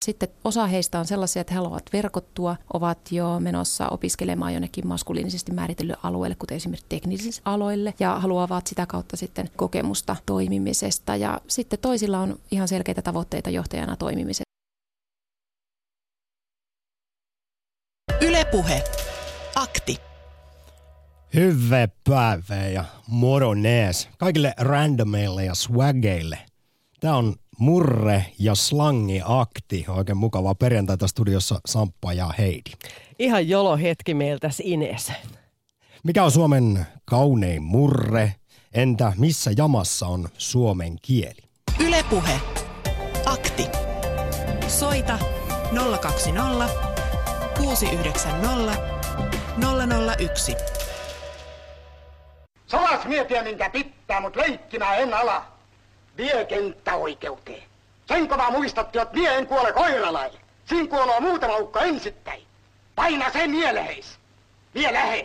Sitten osa heistä on sellaisia, että he haluavat verkottua, ovat jo menossa opiskelemaan jonnekin maskuliinisesti määritellylle alueelle, kuten esimerkiksi teknisille aloille, ja haluavat sitä kautta sitten kokemusta toimimisesta. Ja sitten toisilla on ihan selkeitä tavoitteita johtajana toimimisesta. Yle Puhe. Akti. Hyvää päivää ja moro nees kaikille randomeille ja swaggeille. Tää on Murre ja Slangi Akti. Oikein mukavaa perjantaita studiossa Samppa ja Heidi. Ihan jolo hetki meiltäs Ines. Mikä on Suomen kaunein murre? Entä missä jamassa on suomen kieli? Yle Puhe. Akti. Soita 020 690 001. Salas mietiä minkä pitää, mut leikkimää en ala. Vie kenttäoikeuteen. Sen kova muistatti, että mie en kuole koiralaille. Siinä kuoloo muutama ukko ensittäin. Paina sen mieleheis. Vie lähe.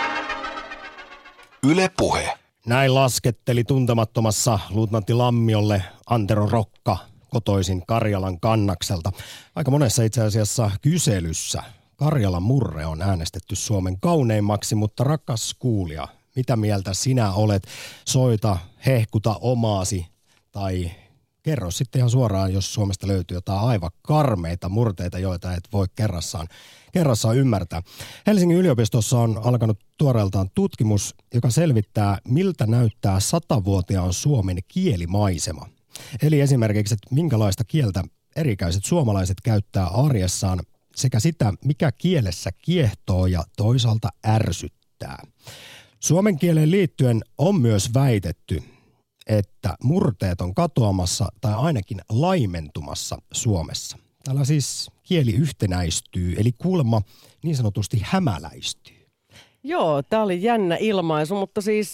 Yle Puhe. Näin lasketteli tuntemattomassa luutnantti Lammiolle Antero Rokka kotoisin Karjalan Kannakselta. Aika monessa itse asiassa kyselyssä Karjalan murre on äänestetty Suomen kauneimmaksi, mutta rakas kuulija, mitä mieltä sinä olet? Soita, hehkuta omaasi tai kerro sitten ihan suoraan, jos Suomesta löytyy jotain aivan karmeita murteita, joita et voi kerrassaan ymmärtää. Helsingin yliopistossa on alkanut tuoreeltaan tutkimus, joka selvittää, miltä näyttää 100-vuotiaan Suomen kielimaisema. Eli esimerkiksi, että minkälaista kieltä erikäiset suomalaiset käyttää arjessaan sekä sitä, mikä kielessä kiehtoo ja toisaalta ärsyttää. Suomen kieleen liittyen on myös väitetty, että murteet on katoamassa tai ainakin laimentumassa Suomessa. Täällä siis kieli yhtenäistyy, eli kuulemma niin sanotusti hämäläistyy. Joo, tämä oli jännä ilmaisu, mutta siis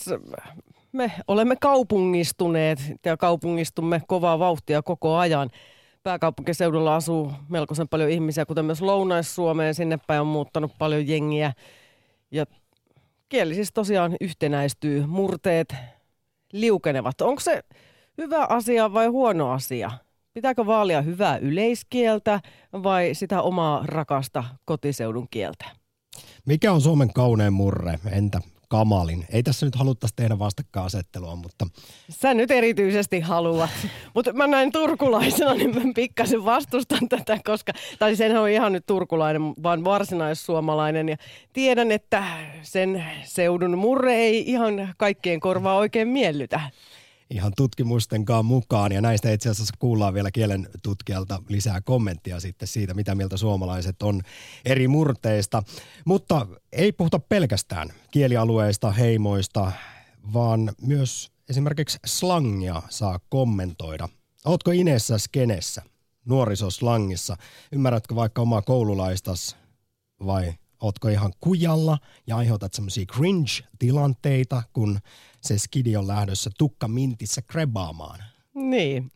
me olemme kaupungistuneet ja kaupungistumme kovaa vauhtia koko ajan. Pääkaupunkiseudulla asuu melkoisen paljon ihmisiä, kuten myös Lounais-Suomeen. Sinne päin on muuttanut paljon jengiä ja kieli siis tosiaan yhtenäistyy, murteet liukenevat. Onko se hyvä asia vai huono asia? Pitääkö vaalia hyvää yleiskieltä vai sitä omaa rakasta kotiseudun kieltä? Mikä on Suomen kaunein murre? Entä kamalin? Ei tässä nyt haluttaisi tehdä vastakkainasettelua, mutta... Sä nyt erityisesti haluat. Mutta mä näin turkulaisena, niin mä pikkasen vastustan tätä, koska... Tai senhän on ihan nyt turkulainen, vaan varsinaissuomalainen. Ja tiedän, että sen seudun murre ei ihan kaikkien korvaa oikein miellytä. Ihan tutkimustenkaan mukaan, ja näistä itse asiassa kuullaan vielä kielen tutkijalta lisää kommenttia sitten siitä, mitä mieltä suomalaiset on eri murteista. Mutta ei puhuta pelkästään kielialueista, heimoista, vaan myös esimerkiksi slangia saa kommentoida. Ootko Inessä skenessä, nuorisoslangissa? Ymmärrätkö vaikka omaa koululaistas vai ootko ihan kujalla ja aiheutat semmoisia cringe-tilanteita, kun se skidi on lähdössä tukka mintissä krebaamaan? Niin.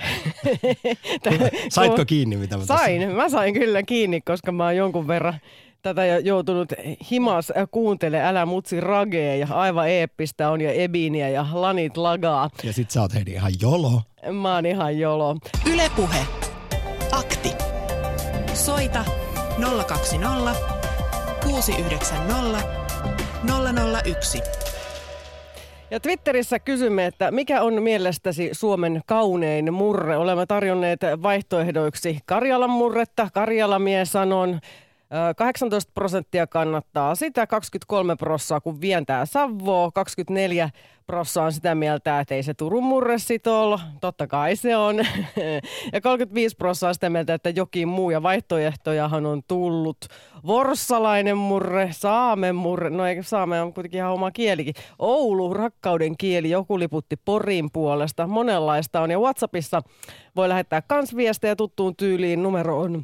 Saitko kiinni, mitä mä Mä sain kyllä kiinni, koska mä oon jonkun verran tätä joutunut himas kuuntele Älä mutsi ragee ja aivan eeppistä on ja Ebiiniä ja Lanit lagaa. Ja sit sä oot Heidi ihan jolo. Mä oon ihan jolo. Yle Puhe. Akti. Soita 020 690 001. Ja Twitterissä kysymme, että mikä on mielestäsi Suomen kaunein murre? Olemme tarjonneet vaihtoehdoiksi Karjalan murretta. Karjalamies sanon 18% kannattaa sitä, 23% kun vientää Savoa, 24% on sitä mieltä, että ei se Turun murre sit ole. Totta kai se on. Ja 35% on sitä mieltä, että jokin muu. Ja vaihtoehtojahan on tullut. Vorssalainen murre, Saamen murre, no ei Saame on kuitenkin ihan oma kielikin. Oulu, rakkauden kieli, joku liputti Porin puolesta. Monenlaista on. Ja WhatsAppissa voi lähettää kans viestejä tuttuun tyyliin. Numero on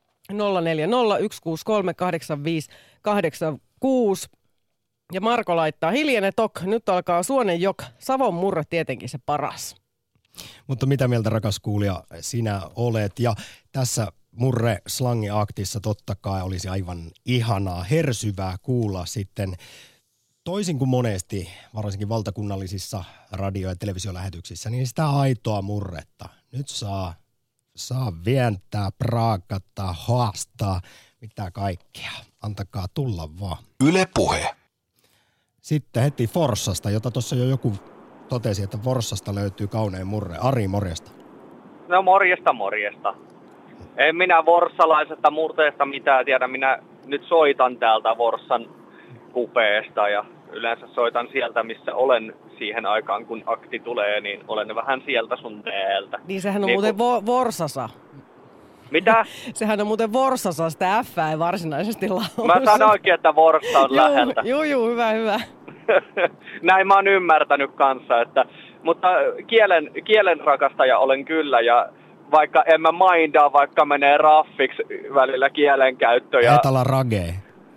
0401638586. Ja Marko laittaa hiljene tok, nyt alkaa Suonenjok, Savon murre tietenkin se paras. Mutta mitä mieltä rakas kuulija sinä olet? Ja tässä murre slangi aktissa totta kai olisi aivan ihanaa, hersyvää kuulla sitten toisin kuin monesti, varsinkin valtakunnallisissa radio- ja televisiolähetyksissä, niin sitä aitoa murretta. Nyt saa Saa vientää, praakata, haastaa, mitä kaikkea. Antakaa tulla vaan. Yle Puhe. Sitten heti Forssasta, jota tuossa jo joku totesi, että Forssasta löytyy kaunein murre. Ari, morjesta. No morjesta. En minä vorssalaisesta murteesta mitään tiedä. Minä nyt soitan täältä Forssan kupeesta ja yleensä soitan sieltä, missä olen siihen aikaan, kun akti tulee, niin olen vähän sieltä sun täältä. Niin sehän on muuten Vorsasa. Mitä? Sehän on muuten Vorsasa, sitä F ei varsinaisesti lausu. Mä sanoinkin, että Vorssa on läheltä. Juu, hyvä. Näin mä oon ymmärtänyt kanssa, mutta kielen rakastaja olen kyllä ja vaikka en mä mindaa, vaikka menee raffiksi välillä kielenkäyttö. Et ala ragee.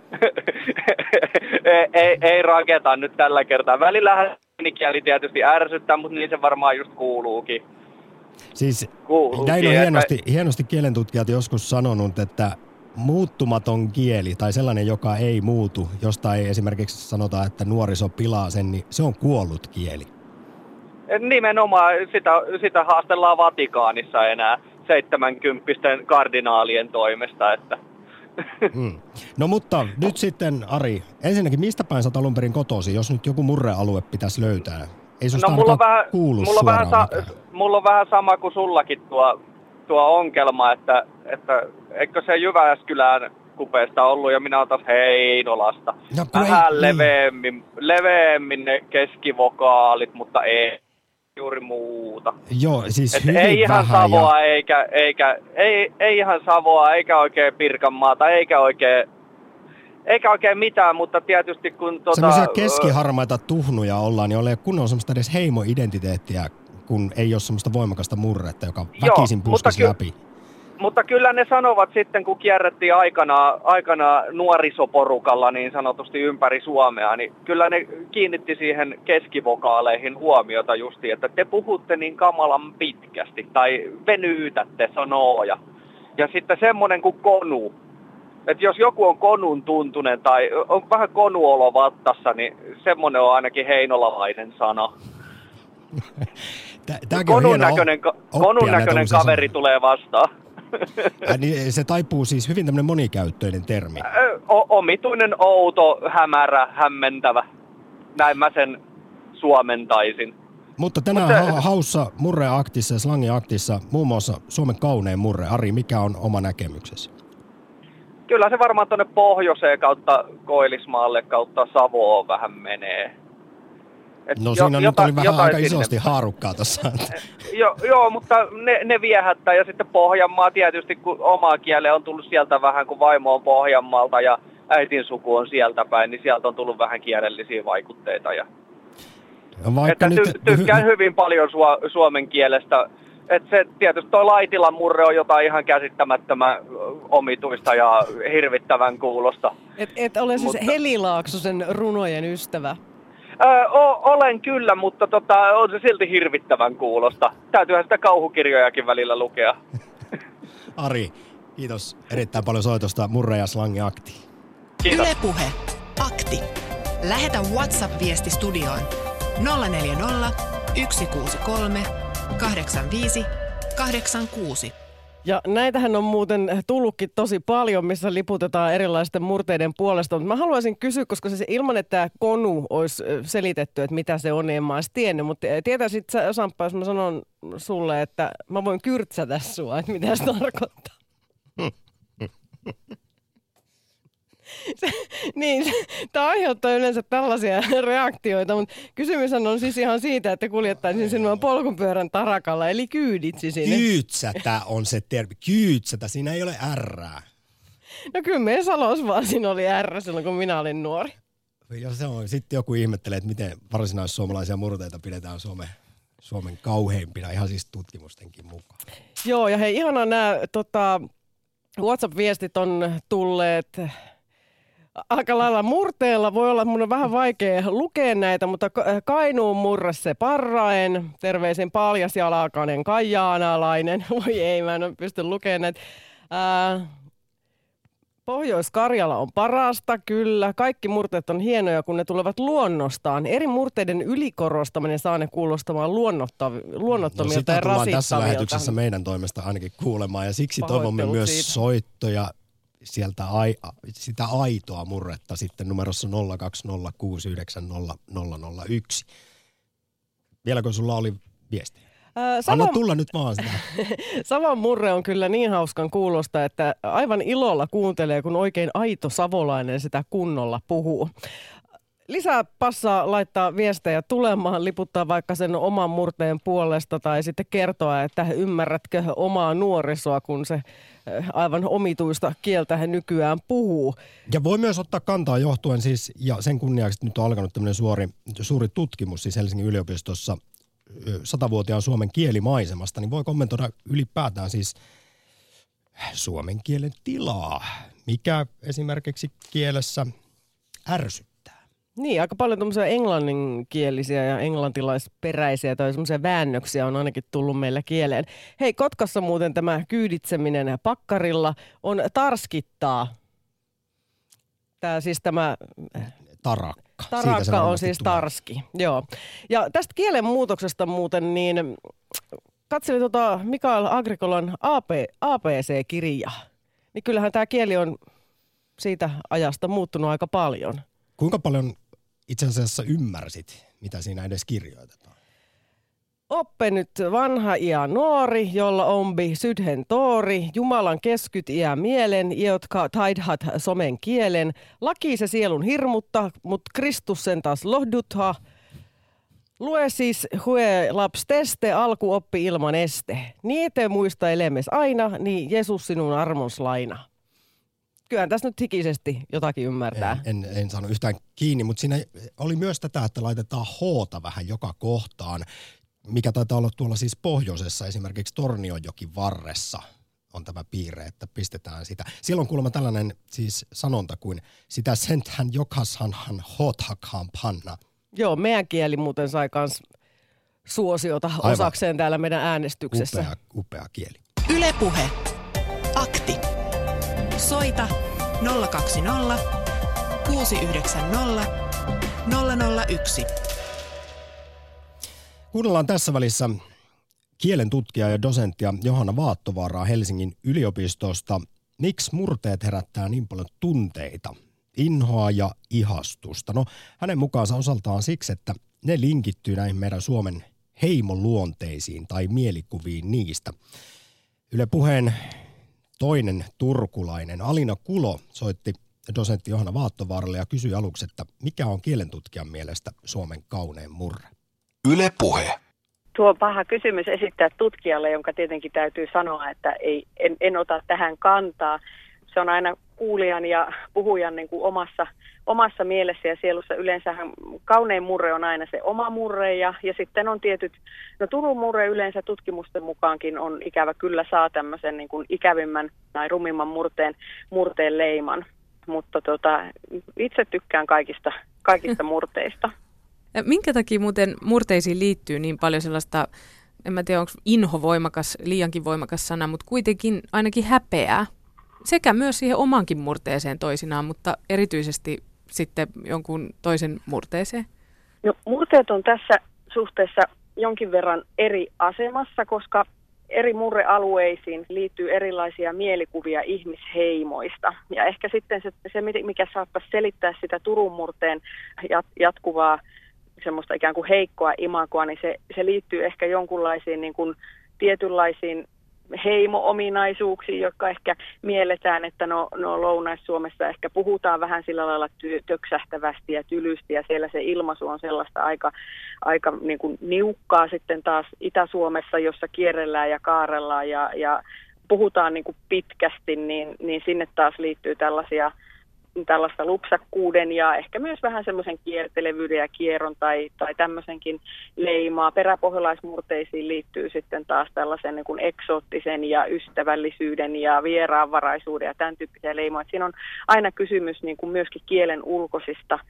ei raketa nyt tällä kertaa. Välillä kieli tietysti ärsyttää, mutta niin se varmaan just kuuluukin. Siis näin on hienosti kielentutkijat joskus sanonut, että muuttumaton kieli tai sellainen, joka ei muutu, josta ei esimerkiksi sanota, että nuoriso pilaa sen, niin se on kuollut kieli. Nimenomaan sitä haastellaan Vatikaanissa enää 70 kardinaalien toimesta. Että. No mutta nyt sitten Ari, ensinnäkin mistä päin sä oot alun perin kotoisin, jos nyt joku murrealue pitäisi löytää? Ei susta kuulu suoraan mulla on vähän sama kuin sullakin tuo ongelma, että eikö se Jyväskylän kupeesta ollut ja minä oon taas Heinolasta. No, vähän leveämmin ne keskivokaalit, mutta ei juuri muuta. Joo, siis hyvin ei ihan vähän Savoa ei ihan Savoa eikä oikein Pirkanmaata eikä oikein mitään, mutta tietysti kun semmoisia keskiharmaita tuhnuja ollaan, niin ole kunnon semmoista edes heimoidentiteettiä, kun ei ole semmoista voimakasta murretta, joka väkisin puskisi läpi. Mutta kyllä ne sanovat sitten, kun kierrettiin aikana nuorisoporukalla niin sanotusti ympäri Suomea, niin kyllä ne kiinnitti siihen keskivokaaleihin huomiota justi, että te puhutte niin kamalan pitkästi tai venyytätte sanoja. Ja sitten semmoinen kuin konu. Että jos joku on konun tuntunen tai on vähän konuolo vattassa, niin semmoinen on ainakin heinolalainen sana. Konun näköinen kaveri tulee vastaan. Niin se taipuu siis hyvin tämmöinen monikäyttöinen termi. Omituinen, outo, hämärä, hämmentävä. Näin mä sen suomentaisin. Mutta tänään haussa murreaktissa ja slangiaktissa muun muassa Suomen kaunein murre. Ari, mikä on oma näkemyksesi? Kyllä se varmaan tuonne pohjoiseen kautta Koillismaalle kautta Savoon vähän menee. No siinä nyt oli vähän aika isosti haarukkaa tuossa. Joo, mutta ne viehättää ja sitten Pohjanmaa tietysti, kun oma kiele on tullut sieltä vähän, kun vaimo on Pohjanmaalta ja äitin suku on sieltä päin, niin sieltä on tullut vähän kielellisiä vaikutteita. Tykkään hyvin paljon suomen kielestä. Että se tietysti tuo Laitilan murre on jotain ihan käsittämättömän omituista ja hirvittävän kuulosta. Et ole siis Heli Laaksosen runojen ystävä. Olen kyllä, mutta on se silti hirvittävän kuulosta. Täytyyhän sitä kauhukirjojakin välillä lukea. Ari, kiitos erittäin paljon soitosta murre- ja slangiaktiin. Kiitos. Yle Puhe. Akti. Lähetä WhatsApp-viesti studioon 040 163 85 86. Ja näitähän on muuten tullutkin tosi paljon, missä liputetaan erilaisten murteiden puolesta. Mutta mä haluaisin kysyä, koska se ilman, että tämä konu olisi selitetty, että mitä se on, niin en mä olisi tiennyt. Mutta tietäisit sä, Samppa, jos mä sanon sulle, että mä voin kyrtsätä sua, että mitä se tarkoittaa. Tämä aiheuttaa yleensä tällaisia reaktioita, mutta kysymys on siis ihan siitä, että kuljettaisin sinua polkupyörän tarakalla, eli kyyditsi sinne. Kyytsätä on se termi. Kyytsätä, siinä ei ole ärrää. No kyllä meidän Salosvaan siinä oli ärrä silloin, kun minä olin nuori. Ja se on. Sitten joku ihmettelee, että miten varsinaissuomalaisia murteita pidetään Suomen kauheimpina, ihan siis tutkimustenkin mukaan. Joo, ja hei, ihanaa nämä WhatsApp-viestit on tulleet aika lailla murteella. Voi olla, että mun on vähän vaikea lukea näitä, mutta Kainuun murre se parraen. Terveisin paljasjalakainen kaijaanalainen. Voi ei, mä en pysty lukemaan näitä. Pohjois-Karjala on parasta, kyllä. Kaikki murteet on hienoja, kun ne tulevat luonnostaan. Eri murteiden ylikorostaminen saa ne kuulostamaan luonnottomilta sitä ja tullaan rasittavilta. tässä lähetyksessä meidän toimesta ainakin kuulemaan. Ja siksi toivomme myös siitä soittoja sieltä sitä aitoa murretta sitten numerossa 020690001. Vieläkö sulla oli viesti? Anna tulla nyt vaan sitä. Savon murre on kyllä niin hauskan kuulosta, että aivan ilolla kuuntelee, kun oikein aito savolainen sitä kunnolla puhuu. Lisää passaa laittaa viestejä tulemaan, liputtaa vaikka sen oman murteen puolesta tai sitten kertoa, että ymmärrätkö omaa nuorisoa, kun se aivan omituista kieltä nykyään puhuu. Ja voi myös ottaa kantaa johtuen siis, ja sen kunniaksi nyt on alkanut tämmöinen suuri tutkimus siis Helsingin yliopistossa 100-vuotiaan Suomen kielimaisemasta, niin voi kommentoida ylipäätään siis suomen kielen tilaa, mikä esimerkiksi kielessä ärsyttää. Niin, aika paljon tämmöisiä englanninkielisiä ja englantilaisperäisiä tai semmoisia väännöksiä on ainakin tullut meillä kieleen. Hei, Kotkassa muuten tämä kyyditseminen pakkarilla on tarskittaa. Tämä Tarakka. Tarakka on siis tulee. Tarski, joo. Ja tästä kielen muutoksesta muuten, niin katselin Mikael Agricolan ABC-kirjaa. Niin kyllähän tämä kieli on siitä ajasta muuttunut aika paljon. Kuinka paljon itse asiassa ymmärsit, mitä siinä edes kirjoitetaan? Oppe nyt vanha iä nuori, jolla ombi sydhen toori, Jumalan keskyt iä mielen, jotka taidhat somen kielen. Laki se sielun hirmutta, mut Kristus sen taas lohdutha. Lue siis hue laps teste, alku oppi ilman este. Niitä muista elemes aina, niin Jeesus sinun armons laina. Kyllähän tässä nyt hikisesti jotakin ymmärtää. En saanut yhtään kiinni, mutta siinä oli myös tätä, että laitetaan hoota vähän joka kohtaan, mikä taitaa olla tuolla siis pohjoisessa, esimerkiksi Tornionjokin varressa on tämä piirre, että pistetään sitä. Siellä on kuulemma tällainen siis sanonta kuin sitä senthän jokashanhan hoothakaan panna. Joo, meidän kieli muuten sai kans suosiota osakseen täällä meidän äänestyksessä. Upea kieli. Yle Puhe. Akti. Soita 020 690 001. Kuunnellaan tässä välissä kielen tutkija ja dosenttia Johanna Vaattovaaraa Helsingin yliopistosta. Miksi murteet herättää niin paljon tunteita, inhoa ja ihastusta? No, hänen mukaansa osaltaan siksi, että ne linkittyy näihin meidän Suomen heimoluonteisiin tai mielikuviin niistä. Yle Puheen toinen turkulainen Alina Kulo soitti dosentti Johanna Vaattovaaralle ja kysyi aluksi, että mikä on kielentutkijan mielestä Suomen kaunein murre? Yle Puhe. Tuo on paha kysymys esittää tutkijalle, jonka tietenkin täytyy sanoa, että en ota tähän kantaa. Se on aina kuulijan ja puhujan niin kuin omassa mielessä ja sielussa. Yleensähän kaunein murre on aina se oma murre ja sitten on tietyt, Turun murre yleensä tutkimusten mukaankin on ikävä kyllä saa tämmöisen niin kuin ikävimmän tai rumimman murteen leiman. Mutta itse tykkään kaikista murteista. Minkä takia muuten murteisiin liittyy niin paljon sellaista, en mä tiedä onko inho voimakas, liiankin voimakas sana, mutta kuitenkin ainakin häpeää. Sekä myös siihen omankin murteeseen toisinaan, mutta erityisesti sitten jonkun toisen murteeseen. No, murteet on tässä suhteessa jonkin verran eri asemassa, koska eri murrealueisiin liittyy erilaisia mielikuvia ihmisheimoista. Ja ehkä sitten se mikä saattaisi selittää sitä Turun murteen jatkuvaa semmoista ikään kuin heikkoa imagoa, niin se liittyy ehkä jonkunlaisiin niin kuin tietynlaisiin heimo-ominaisuuksiin, jotka ehkä mielletään, että no Lounais-Suomessa ehkä puhutaan vähän sillä lailla töksähtävästi ja tylysti, ja siellä se ilmaisu on sellaista aika niin kuin niukkaa sitten taas Itä-Suomessa, jossa kierrellään ja kaarellaan ja puhutaan niin kuin pitkästi, niin sinne taas liittyy tällaista lupsakkuuden ja ehkä myös vähän semmoisen kiertelevyyden ja kierron tai tämmöisenkin leimaa. Peräpohjalaismurteisiin liittyy sitten taas tällaisen niin kuin eksoottisen ja ystävällisyyden ja vieraanvaraisuuden ja tämän tyyppisiä leimoja. Siinä on aina kysymys niin kuin myöskin kielen ulkoisista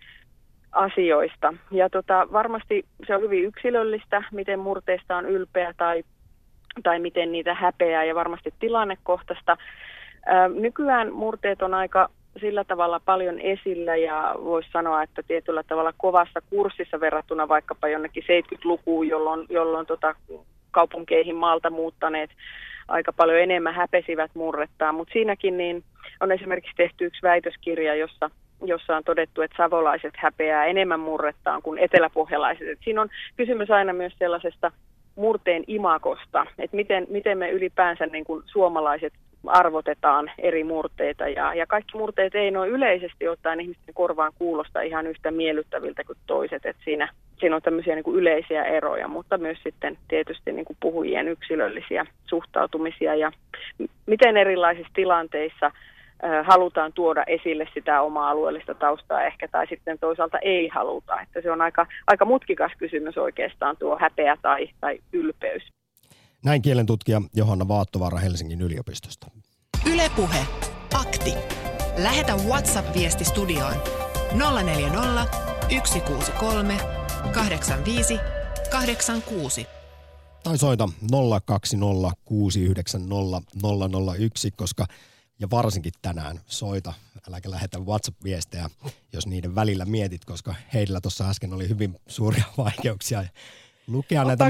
asioista. Ja varmasti se on hyvin yksilöllistä, miten murteista on ylpeä tai miten niitä häpeää ja varmasti tilannekohtaista. Nykyään murteet on aika sillä tavalla paljon esillä ja voisi sanoa, että tietyllä tavalla kovassa kurssissa verrattuna vaikkapa jonnekin 70-lukuun, jolloin kaupunkeihin maalta muuttaneet aika paljon enemmän häpesivät murrettaan. Mutta siinäkin niin on esimerkiksi tehty yksi väitöskirja, jossa on todettu, että savolaiset häpeää enemmän murrettaan kuin eteläpohjalaiset. Et siinä on kysymys aina myös sellaisesta murteen imagosta, että miten me ylipäänsä niin kuin suomalaiset arvotetaan eri murteita ja kaikki murteet ei noin yleisesti ottaen ihmisten korvaan kuulosta ihan yhtä miellyttäviltä kuin toiset, että siinä on tämmöisiä niin kuin yleisiä eroja, mutta myös sitten tietysti niin kuin puhujien yksilöllisiä suhtautumisia ja miten erilaisissa tilanteissa halutaan tuoda esille sitä omaa alueellista taustaa ehkä tai sitten toisaalta ei haluta, että se on aika mutkikas kysymys oikeastaan tuo häpeä tai ylpeys. Näin kielentutkija Johanna Vaattovaara Helsingin yliopistosta. Yle Puhe. Akti. Lähetä WhatsApp-viesti studioon 040 163 85 86. Tai soita 020 690 001, koska ja varsinkin tänään soita, äläkä lähetä WhatsApp-viestejä, jos niiden välillä mietit, koska heillä tuossa äsken oli hyvin suuria vaikeuksia lukea näitä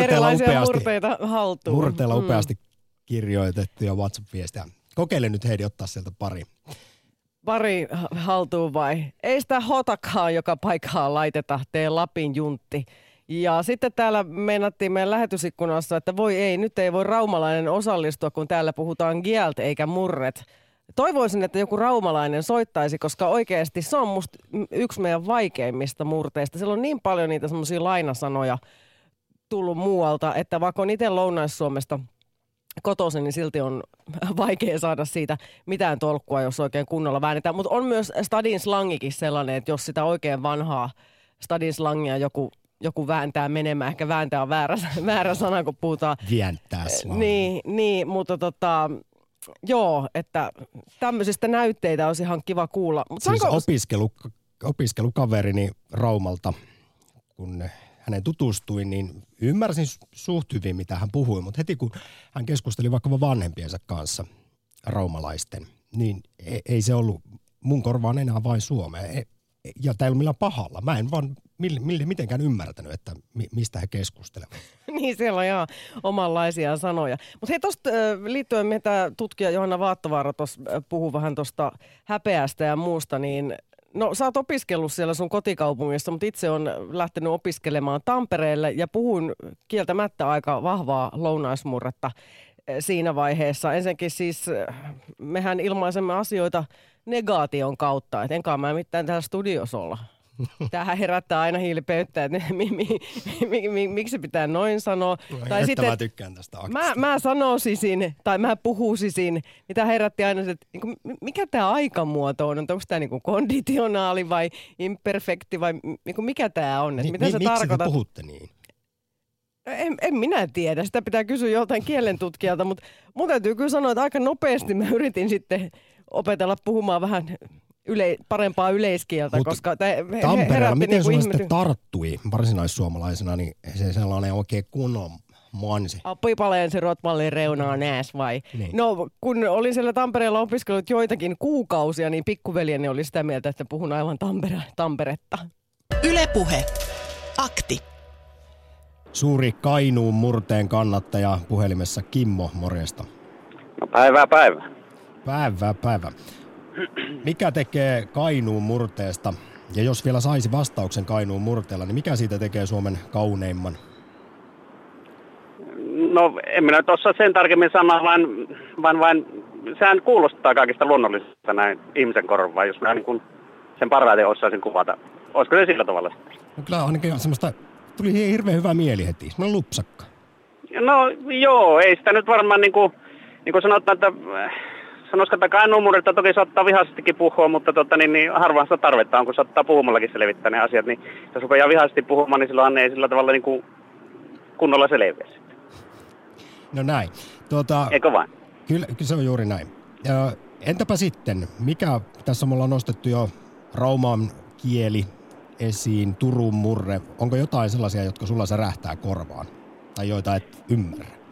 murteella upeasti kirjoitettuja WhatsApp-viestejä. Kokeile nyt Heidi ottaa sieltä pari. Pari haltuun vai? Ei sitä hotakaan joka paikkaan laiteta, tee Lapin juntti. Ja sitten täällä meinattiin meidän lähetysikkunassa, että nyt ei voi raumalainen osallistua, kun täällä puhutaan kieltä eikä murret. Toivoisin, että joku raumalainen soittaisi, koska oikeasti se on musta yksi meidän vaikeimmista murteista. Siellä on niin paljon niitä semmoisia lainasanoja tullut muualta, että vaikka on itse Lounais-Suomesta kotoisin, niin silti on vaikea saada siitä mitään tolkkua, jos oikein kunnolla väännetään. Mutta on myös stadin slangikin sellainen, että jos sitä oikein vanhaa stadin slangia joku vääntää menemään, ehkä vääntää on väärä sana, kun puhutaan. Vientää slangia. Niin, mutta joo, että tämmöisistä näytteitä olisi ihan kiva kuulla. Siis opiskelukaverini Raumalta, kun hänen tutustuin, niin ymmärsin suht hyvin, mitä hän puhui, mutta heti kun hän keskusteli vaikka vanhempiensa kanssa, raumalaisten, niin ei se ollut mun korvaan enää vain suomea. Ja tämä ei ollut millään pahalla. Mä en vaan mitenkään ymmärtänyt, että mistä he keskustelevat. Niin, siellä on ihan omanlaisia sanoja. Mutta hei, tuosta liittyen, mitä tutkija Johanna Vaattovaara puhui vähän tuosta häpeästä ja muusta, niin no sä oot opiskellut siellä sun kotikaupungissa, mutta itse on lähtenyt opiskelemaan Tampereelle ja puhun kieltämättä aika vahvaa lounaismurretta siinä vaiheessa. Ensinnäkin siis mehän ilmaisemme asioita negaation kautta, et enkä mä mitään täällä studiossa olla. Tämähän herättää aina hiilipeyttä, että miksi se pitää noin sanoa. Tai sitten, mä tykkään tästä aktista. Mä sanoisisin, tai mä puhuisisin, niin tämä herätti aina se, että mikä tämä aikamuoto on? Onko tämä niin konditionaali vai imperfekti vai mikä tämä on? Mitä sä miksi te puhutte niin? En minä tiedä, sitä pitää kysyä joltain kielentutkijalta, mutta mun täytyy kyllä sanoa, että aika nopeasti mä yritin sitten opetella puhumaan vähän parempaa yleiskieltä, koska Tampereella, miten sulla sitten tarttui varsinaissuomalaisena, niin se sellainen oikein kunnon mansi? Pipaleen se rotmallin reunaa nääs vai? Niin. No, kun olin siellä Tampereella opiskellut joitakin kuukausia, niin pikkuveljeni oli sitä mieltä, että puhun aivan Tamperetta. Yle Puhe. Akti. Suuri Kainuun murteen kannattaja puhelimessa Kimmo, morjesta. No päivää. Päivää. Mikä tekee Kainuun murteesta, ja jos vielä saisi vastauksen Kainuun murteella, niin mikä siitä tekee Suomen kauneimman? No en minä tuossa sen tarkemmin sanoa, vaan sehän kuulostaa kaikista luonnollisesta näin ihmisen korvaan, jos minä niin kuin sen parhaiten osaisin kuvata. Olisiko se sillä tavalla? No kyllä ainakin semmoista, tuli hirveän hyvä mieli heti, semmoinen lupsakka. No joo, ei sitä nyt varmaan niin kuin sanotaan, että sanoisiko, että Kainuun murretta toki saattaa vihaisestikin puhua, mutta niin harvaan sitä tarvetta on, kun saattaa puhumallakin selvittää ne asiat, niin jos rupeaa vihaisesti puhumaan, niin silloin ei sillä tavalla niin kuin kunnolla selviä sitten. No näin. Eikö vain? Kyllä se on juuri näin. Entäpä sitten, mikä tässä me ollaan nostettu jo rauman kieli esiin, Turun murre. Onko jotain sellaisia, jotka sulla särähtää korvaan tai joita et ymmärrä?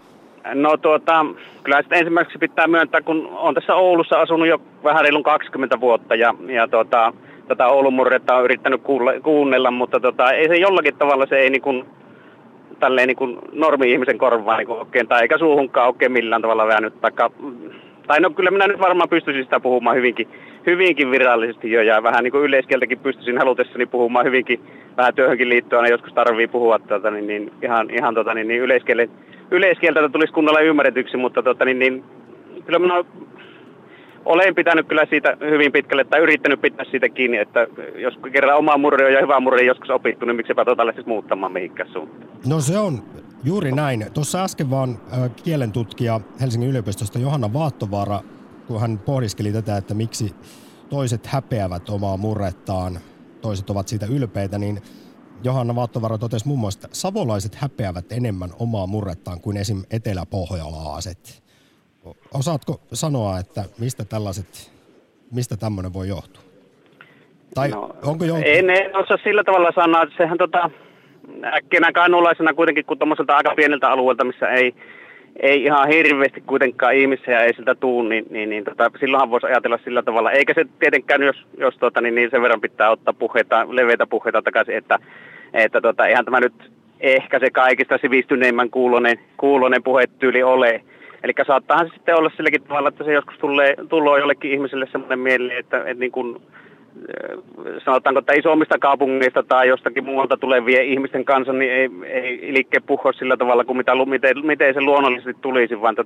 No kyllä sitten ensimmäiseksi pitää myöntää, kun olen tässä Oulussa asunut jo vähän reilun 20 vuotta ja tätä Oulun murretta on yrittänyt kuunnella, mutta ei se jollakin tavalla se ei tälleen normi-ihmisen korvaan oikein, tai eikä suuhunkaan oikein millään tavalla väännyt, tai no kyllä minä nyt varmaan pystyisin sitä puhumaan hyvinkin virallisesti jo, ja vähän yleiskieltäkin pystyisin halutessani puhumaan hyvinkin, vähän työhönkin liittyen, aina joskus tarvii puhua ihan yleiskieltä tulisi kunnolla ymmärretyksi, mutta kyllä minä olen pitänyt kyllä siitä hyvin pitkälle, tai yrittänyt pitää siitä kiinni, että jos kerran oma murre on ja hyvä murre joskus opittu, niin miksipä lähtisi muuttamaan mihinkään suuntaan. No se on juuri näin. Tuossa äsken vaan kielentutkija Helsingin yliopistosta Johanna Vaattovaara, kun hän pohdiskeli tätä, että miksi toiset häpeävät omaa murrettaan, toiset ovat siitä ylpeitä, niin Johanna Vaattovaara totesi muun muassa, että savolaiset häpeävät enemmän omaa murrettaan kuin esim. Eteläpohjalaiset. Osaatko sanoa, että mistä tämmöinen voi johtua? Tai onko En osaa sillä tavalla sanoa, että sehän äkkinä kainuulaisena kuitenkin, kun tuommoiselta aika pieneltä alueelta, missä ei ihan hirveästi kuitenkaan ihmisiä ei siltä tuu, niin silloinhan voisi ajatella sillä tavalla. Eikä se tietenkään, jos sen verran pitää ottaa leveitä puheita takaisin, että eihän tämä nyt ehkä se kaikista sivistyneimmän kuulonen puhetyyli ole. Eli saattaahan se sitten olla silläkin tavalla, että se joskus tulee jollekin ihmiselle semmoinen mieleen, että niin kuin, sanotaanko, että isommista kaupungeista tai jostakin muualta tulevien ihmisten kanssa, niin ei liikkeen puhua sillä tavalla kuin miten se luonnollisesti tulisi, vaan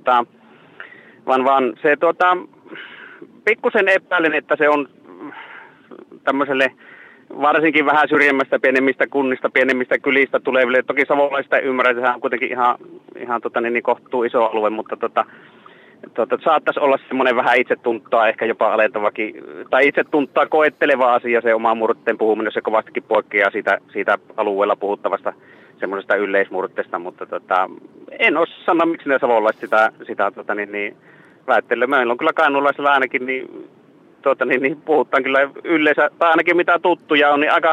se pikkusen epäilen, että se on tämmöiselle varsinkin vähän syrjemmästä pienemmistä kunnista, pienemmistä kylistä tuleville. Toki savolaisista ymmärrän, sehän on kuitenkin ihan kohtuu iso alue, mutta saattaisi olla semmoinen vähän itsetuntoa ehkä jopa alentavakin, tai itsetuntoa koetteleva asia se oma murteen puhuminen, jos se kovastikin poikkeaa siitä alueella puhuttavasta semmoisesta yleismurteesta, mutta en osaa sanoa, miksi ne savolaiset sitä väittelee. Meillä on kyllä kainuulaisilla ainakin niin puhutaan kyllä yleensä, tai ainakin mitä tuttuja on, niin aika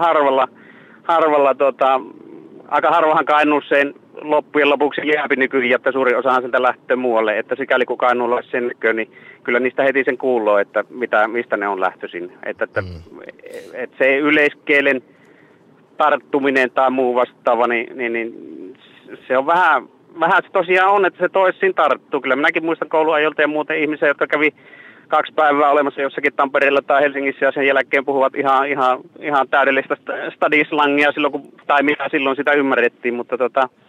harvahan Kainuuseen loppujen lopuksi jääpi nykyään, että suurin osahan sieltä lähtee muualle, että sikäli kun kainuulaiset sen näkö, niin kyllä niistä heti sen kuuluu, että mistä ne on lähtöisin. Että se yleiskielen tarttuminen tai muu vastaava, niin se on vähän se tosiaan on, että se toisiin tarttuu. Kyllä minäkin muistan kouluajolta ja muuten ihmisiä, jotka kävi 2 päivää olemassa jossakin Tampereella tai Helsingissä ja sen jälkeen puhuvat ihan täydellistä stadislangia silloin, tai mitä silloin sitä ymmärrettiin, mutta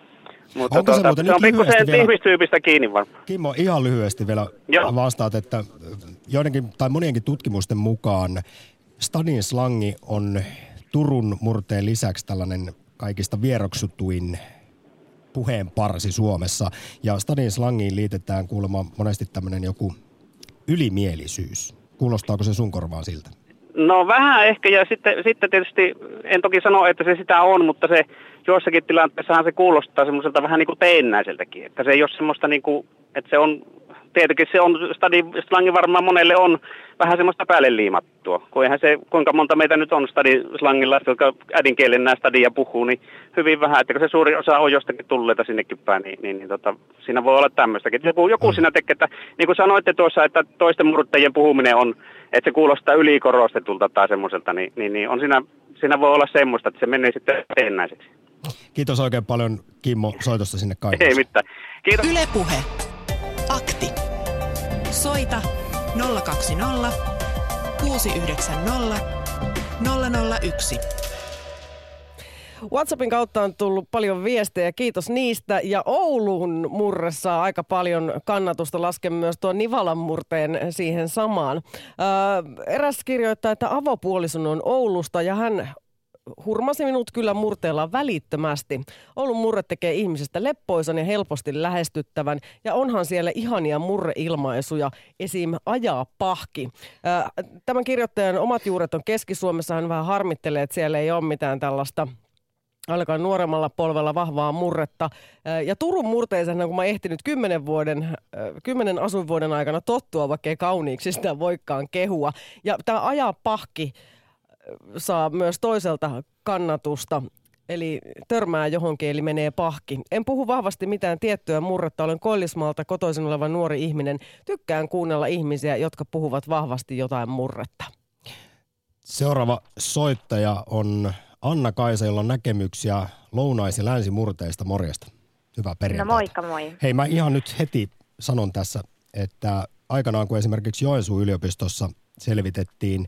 se on pikkusen ihmistyypistä kiinni vaan. Kimmo, ihan lyhyesti vielä vastaat, että joidenkin tai monienkin tutkimusten mukaan stadin slangi on Turun murteen lisäksi tällainen kaikista vieroksutuin puheenparsi Suomessa, ja stadin slangiin liitetään kuulemma monesti tämmöinen joku ylimielisyys. Kuulostaako se sun korvaan siltä? No vähän ehkä, ja sitten tietysti en toki sano, että se sitä on, mutta se jossakin tilanteessahan se kuulostaa semmoiselta vähän niin kuin teennäiseltäkin. Että se ei ole semmoista niin kuin, että se on, tietenkin se on, stadislangi varmaan monelle on vähän semmoista päälle liimattua. Kun eihän se, kuinka monta meitä nyt on stadislangilla, jotka äidinkielenä stadia puhuu, niin hyvin vähän. Että kun se suuri osa on jostakin tulleita sinnekin päin, niin siinä voi olla tämmöistäkin. Joku siinä tekee, että niin kuin sanoitte tuossa, että toisten murteiden puhuminen on, että se kuulostaa ylikorostetulta tai semmoiselta, niin on siinä voi olla semmoista, että se menee sitten teennäiseksi. Kiitos oikein paljon, Kimmo, soitosta sinne Kainuuseen. Ei mitään. Kiitos. Yle Puhe. Akti. Soita 020 690 001. WhatsAppin kautta on tullut paljon viestejä, kiitos niistä. Ja Oulun murre saa aika paljon kannatusta, lasken myös tuon Nivalan murteen siihen samaan. Eräs kirjoittaa, että avopuolison on Oulusta ja hän hurmasi minut kyllä murteella välittömästi. Oulun murre tekee ihmisestä leppoisan ja helposti lähestyttävän. Ja onhan siellä ihania murreilmaisuja, esim. Ajaa pahki. Tämän kirjoittajan omat juuret on Keski-Suomessa. Hän vähän harmittelee, että siellä ei ole mitään tällaista alkaa nuoremmalla polvella vahvaa murretta. Ja Turun murteeseen, kun mä ehtinyt 10 asuinvuoden aikana tottua, vaikka ei kauniiksi sitä voikaan kehua. Ja tämä Ajaa pahki saa myös toiselta kannatusta. Eli törmää johonkin, eli menee pahki. En puhu vahvasti mitään tiettyä murretta. Olen Koillismaalta kotoisin oleva nuori ihminen. Tykkään kuunnella ihmisiä, jotka puhuvat vahvasti jotain murretta. Seuraava soittaja on Anna-Kaisa, jolla on näkemyksiä lounais- ja länsimurteista. Morjesta. Hyvää perjantaita. No moikka moi. Hei, mä ihan nyt heti sanon tässä, että aikanaan kun esimerkiksi Joensuun yliopistossa selvitettiin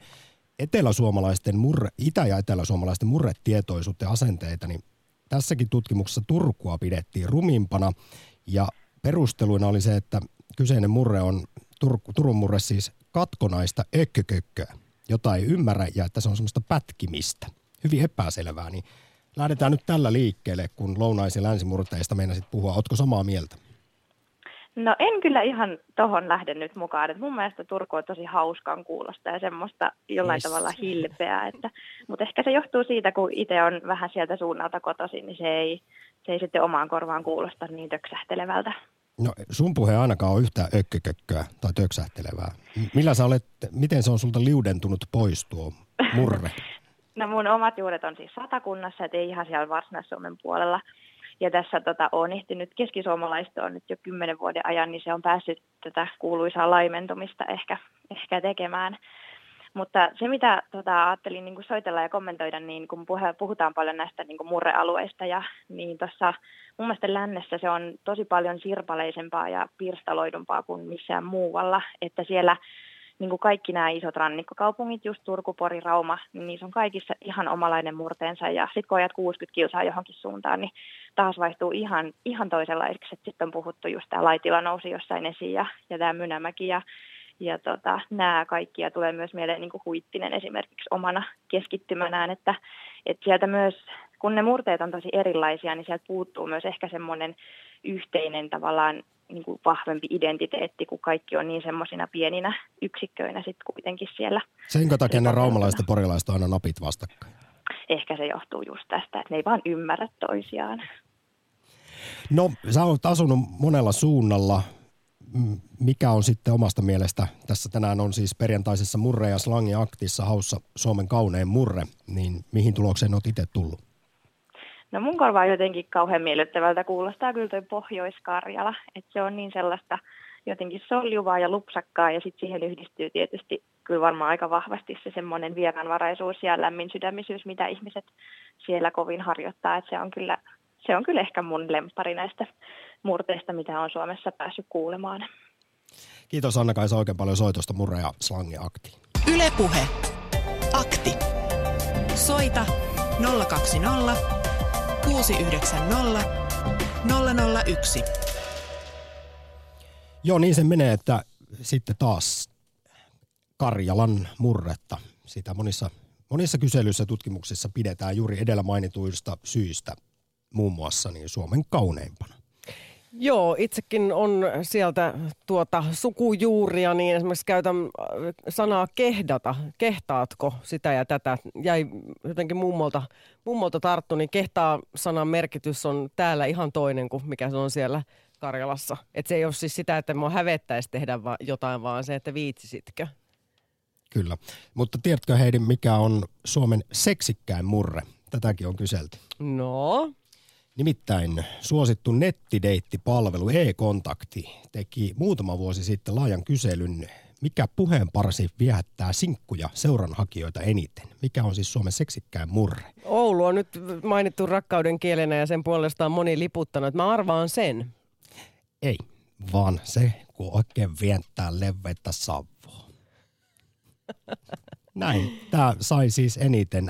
itä- ja eteläsuomalaisten murretietoisuutta ja asenteita, niin tässäkin tutkimuksessa Turkua pidettiin rumimpana ja perusteluina oli se, että kyseinen murre on, Turun murre siis katkonaista ökkökökköä, jota ei ymmärrä ja että se on semmoista pätkimistä. Hyvin epäselvää, niin lähdetään nyt tällä liikkeelle, kun lounais- ja länsimurteista meinasit puhua. Ootko samaa mieltä? No en kyllä ihan tohon lähde nyt mukaan. Että mun mielestä Turku on tosi hauskan kuulosta ja semmoista jollain tavalla hilpeää. Mutta ehkä se johtuu siitä, kun itse on vähän sieltä suunnalta kotoisin, niin se ei sitten omaan korvaan kuulosta niin töksähtelevältä. No sun puhe ainakaan on yhtään ökkökökköä tai töksähtelevää. Miten se on sulta liudentunut pois tuo murre? No mun omat juuret on siis Satakunnassa, et ei ihan siellä Varsinais-Suomen puolella. Ja tässä on ehtinyt keskisuomalaistoon nyt jo 10 vuoden ajan, niin se on päässyt tätä kuuluisaa laimentumista ehkä tekemään. Mutta se, mitä ajattelin niin kuin soitella ja kommentoida, niin kun puhutaan paljon näistä niin kuin murrealueista, niin tuossa mun mielestä lännessä se on tosi paljon sirpaleisempaa ja pirstaloidumpaa kuin missään muualla, että siellä niin kuin kaikki nämä isot rannikkokaupungit, just Turku, Pori, Rauma, niin niissä on kaikissa ihan omalainen murteensa. Ja sitten kun ajat 60 kilsaa johonkin suuntaan, niin taas vaihtuu ihan toisenlaiseksi. Sitten on puhuttu just tämä Laitila nousi jossain esiin ja tämä Mynämäki ja nämä kaikki. Ja tulee myös mieleen niin kuin Huittinen esimerkiksi omana keskittymänään, että sieltä myös, kun ne murteet on tosi erilaisia, niin sieltä puuttuu myös ehkä semmoinen yhteinen tavallaan niin kuin vahvempi identiteetti, kun kaikki on niin semmoisina pieninä yksikköinä sitten kuitenkin siellä. Senkö takia ne raumalaiset ja porilaiset on aina napit vastakkain? Ehkä se johtuu just tästä, että ne ei vaan ymmärrä toisiaan. No, sä olet asunut monella suunnalla. Mikä on sitten omasta mielestä, tässä tänään on siis perjantaisessa Murre ja Slangi Aktissa haussa Suomen kaunein murre, niin mihin tulokseen olet itse tullut? No mun korvaa jotenkin kauhean miellyttävältä kuulostaa kyllä toi Pohjois-Karjala, että se on niin sellaista jotenkin soljuvaa ja lupsakkaa ja sitten siihen yhdistyy tietysti kyllä varmaan aika vahvasti se semmoinen vieraanvaraisuus ja lämmin sydämisyys, mitä ihmiset siellä kovin harjoittaa, että se on kyllä ehkä mun lemppari näistä murteista, mitä on Suomessa päässyt kuulemaan. Kiitos Anna-Kaisa oikein paljon soitosta Murre ja Slangi Aktiin. Yle Puhe. Akti. Soita 020 690 001. Joo, niin se menee, että sitten taas Karjalan murretta. Sitä monissa kyselyissä tutkimuksissa pidetään juuri edellä mainituista syistä muun muassa niin Suomen kauneimpana. Joo, itsekin on sieltä sukujuuria, niin esimerkiksi käytän sanaa kehdata. Kehtaatko sitä ja tätä? Jäi jotenkin mummolta tarttu, niin kehtaa-sanan merkitys on täällä ihan toinen kuin mikä se on siellä Karjalassa. Että se ei ole siis sitä, että minua hävettäisi tehdä jotain, vaan se, että viitsisitkö. Kyllä, mutta tiedätkö Heidi, mikä on Suomen seksikkäin murre? Tätäkin on kyselty. No? Nimittäin suosittu nettideittipalvelu e-kontakti teki muutama vuosi sitten laajan kyselyn, mikä puheenparsi viehättää sinkkuja seuranhakijoita eniten. Mikä on siis Suomen seksikkäin murre? Oulu on nyt mainittu rakkauden kielenä ja sen puolestaan moni liputtanut. Mä arvaan sen. Ei, vaan se, kun oikein vientää leveitä savua. Näin. Tämä sai siis eniten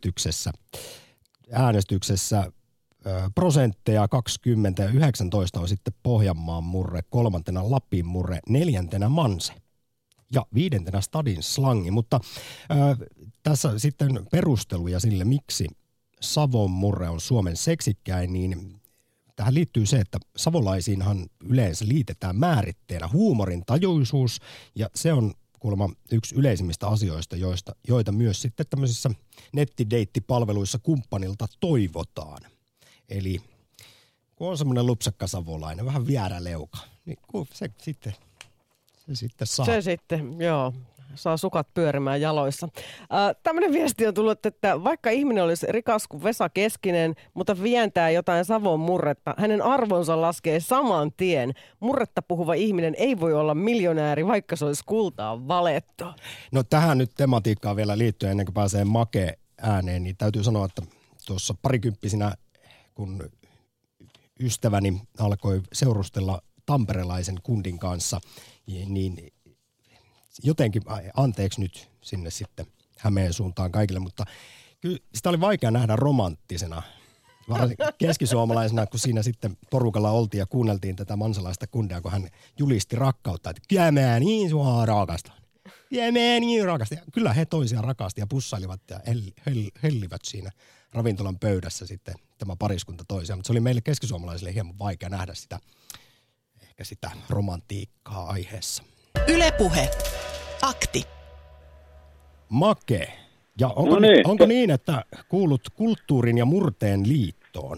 äänestyksessä prosentteja 20 ja 19 on sitten Pohjanmaan murre, 3. Lapin murre, 4. Manse ja 5. Stadin slangi. Mutta tässä sitten perusteluja sille, miksi Savon murre on Suomen seksikkäin, niin tähän liittyy se, että savolaisiinhan yleensä liitetään määritteenä huumorin tajuisuus ja se on kuulemma yksi yleisimmistä asioista, joita myös sitten tämmöisissä nettideittipalveluissa kumppanilta toivotaan. Eli kun on semmoinen lupsakka savolainen, vähän vierä leuka, niin se sitten saa. Se sitten, joo. saa sukat pyörimään jaloissa. Tämmöinen viesti on tullut, että vaikka ihminen olisi rikas kuin Vesa Keskinen, mutta vientää jotain Savon murretta, hänen arvonsa laskee saman tien. Murretta puhuva ihminen ei voi olla miljonääri, vaikka se olisi kultaa valetto. No tähän nyt tematiikkaan vielä liittyen, ennen kuin pääsee Make ääneen, niin täytyy sanoa, että tuossa parikymppisinä, kun ystäväni alkoi seurustella tamperelaisen kundin kanssa, niin jotenkin, anteeksi nyt sinne sitten Hämeen suuntaan kaikille, mutta kyllä sitä oli vaikea nähdä romanttisena, keskisuomalaisena, kun siinä sitten porukalla oltiin ja kuunneltiin tätä mansalaista kundia, kun hän julisti rakkautta, että kyllä mä niin sua rakastan. Ja mä niin rakastan. Kyllä he toisiaan rakasti ja pussailivat ja hellivät siinä ravintolan pöydässä sitten tämä pariskunta toisiaan, mutta se oli meille keskisuomalaisille hieman vaikea nähdä sitä romantiikkaa aiheessa. Yle Puhe. Akti. Make. Ja onko niin, että kuulut Kulttuurin ja Murteen liittoon?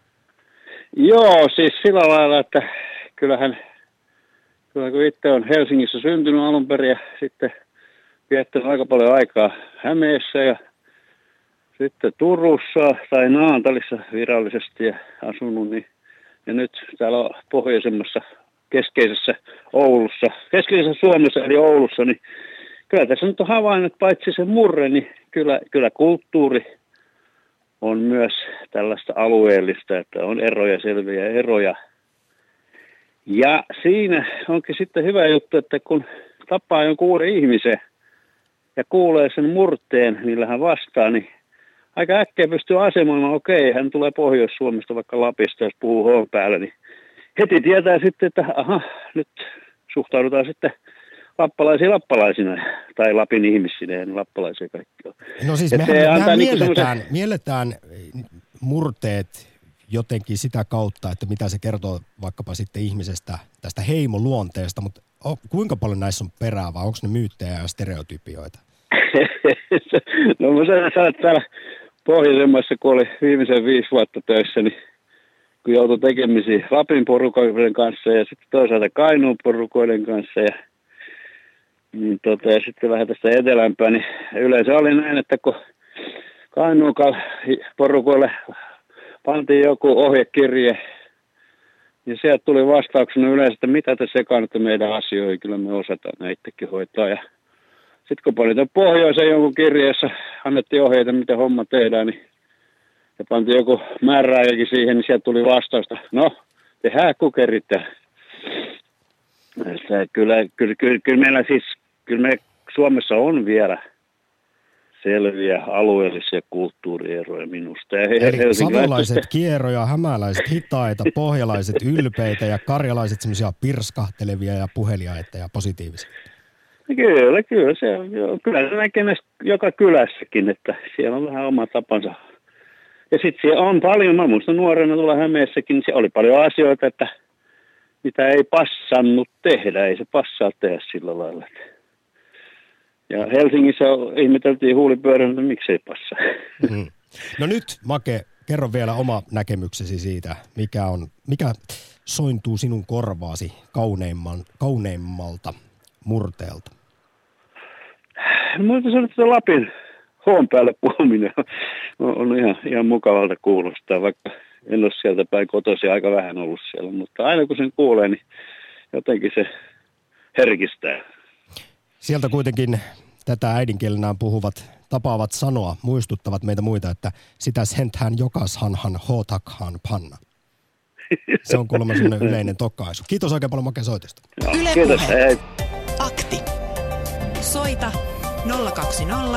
Joo, siis sillä lailla, että kyllä kun itse on Helsingissä syntynyt alun perin ja sitten viettänyt aika paljon aikaa Hämeessä ja sitten Turussa tai Naantalissa virallisesti ja asunut, niin ja nyt täällä pohjoisemmassa keskeisessä Suomessa eli Oulussa, niin kyllä tässä nyt on havainnut, paitsi se murre, niin kyllä kulttuuri on myös tällaista alueellista, että on selviä eroja. Ja siinä onkin sitten hyvä juttu, että kun tapaa jonkun uuden ihmisen ja kuulee sen murteen, millä hän vastaa, niin aika äkkiä pystyy asemoimaan, okei, hän tulee Pohjois-Suomesta, vaikka Lapista, jos puhuu H päällä, niin heti tietää sitten, että nyt suhtaudutaan sitten lappalaisina, tai Lapin ihmisinä, ja lappalaisia kaikki on. No siis mehän mielletään murteet jotenkin sitä kautta, että mitä se kertoo vaikkapa sitten ihmisestä, tästä heimoluonteesta, mutta kuinka paljon näissä on perää, vai onko ne myyttejä ja stereotypioita? No mä sanon, että täällä pohjoisemmassa, kun oli viimeisen 5 vuotta töissä, niin kun joutui tekemisiin Lapin porukoiden kanssa ja sitten toisaalta Kainuun porukoiden kanssa ja sitten vähän tästä etelämpään, niin yleensä oli näin, että kun Kainuun porukoille pantiin joku ohjekirje, ja sieltä tuli vastauksena yleensä, että mitä te sekaannutte meidän asioihin, kyllä me osataan näitäkin hoitaa. Ja sitten kun pani pohjoisen jonkun kirjeessä, annettiin ohjeita, miten homma tehdään, niin ja pantiin joku määräajakin siihen, niin sieltä tuli vastausta, no, te hääkukeritte. Kyllä me Suomessa on vielä selviä alueellisia kulttuurieroja minusta. Eli savolaiset kieroja, hämäläiset hitaita, pohjalaiset ylpeitä ja karjalaiset semmoisia pirskahtelevia ja puheliaita ja positiivisia. Kyllä. Se näkee joka kylässäkin, että siellä on vähän oma tapansa. Ja sitten siellä on paljon, mä muistan nuorena tuolla Hämeessäkin, niin siellä oli paljon asioita, että mitä ei passannut tehdä, ei se passaa tehdä sillä lailla. Ja Helsingissä ihmeteltiin huulipyörän, että miksei passaa. Mm. No nyt, Make, kerro vielä oma näkemyksesi siitä, mikä sointuu sinun korvaasi kauneimmalta murteelta? Mä sanoa, että Lapin H:n päälle puhuminen on ihan mukavalta kuulostaa, vaikka en ole sieltä päin kotoisin, aika vähän ollut siellä, mutta aina kun sen kuulee, niin jotenkin se herkistää. Sieltä kuitenkin tätä äidinkielenään puhuvat tapaavat sanoa, muistuttavat meitä muita, että sitä sentään jokashanhan hotakhan panna. Se on kuulemma sellainen yleinen tokkaisu. Kiitos oikein paljon Make soitosta. Yle Puhe. Akti. Soita 020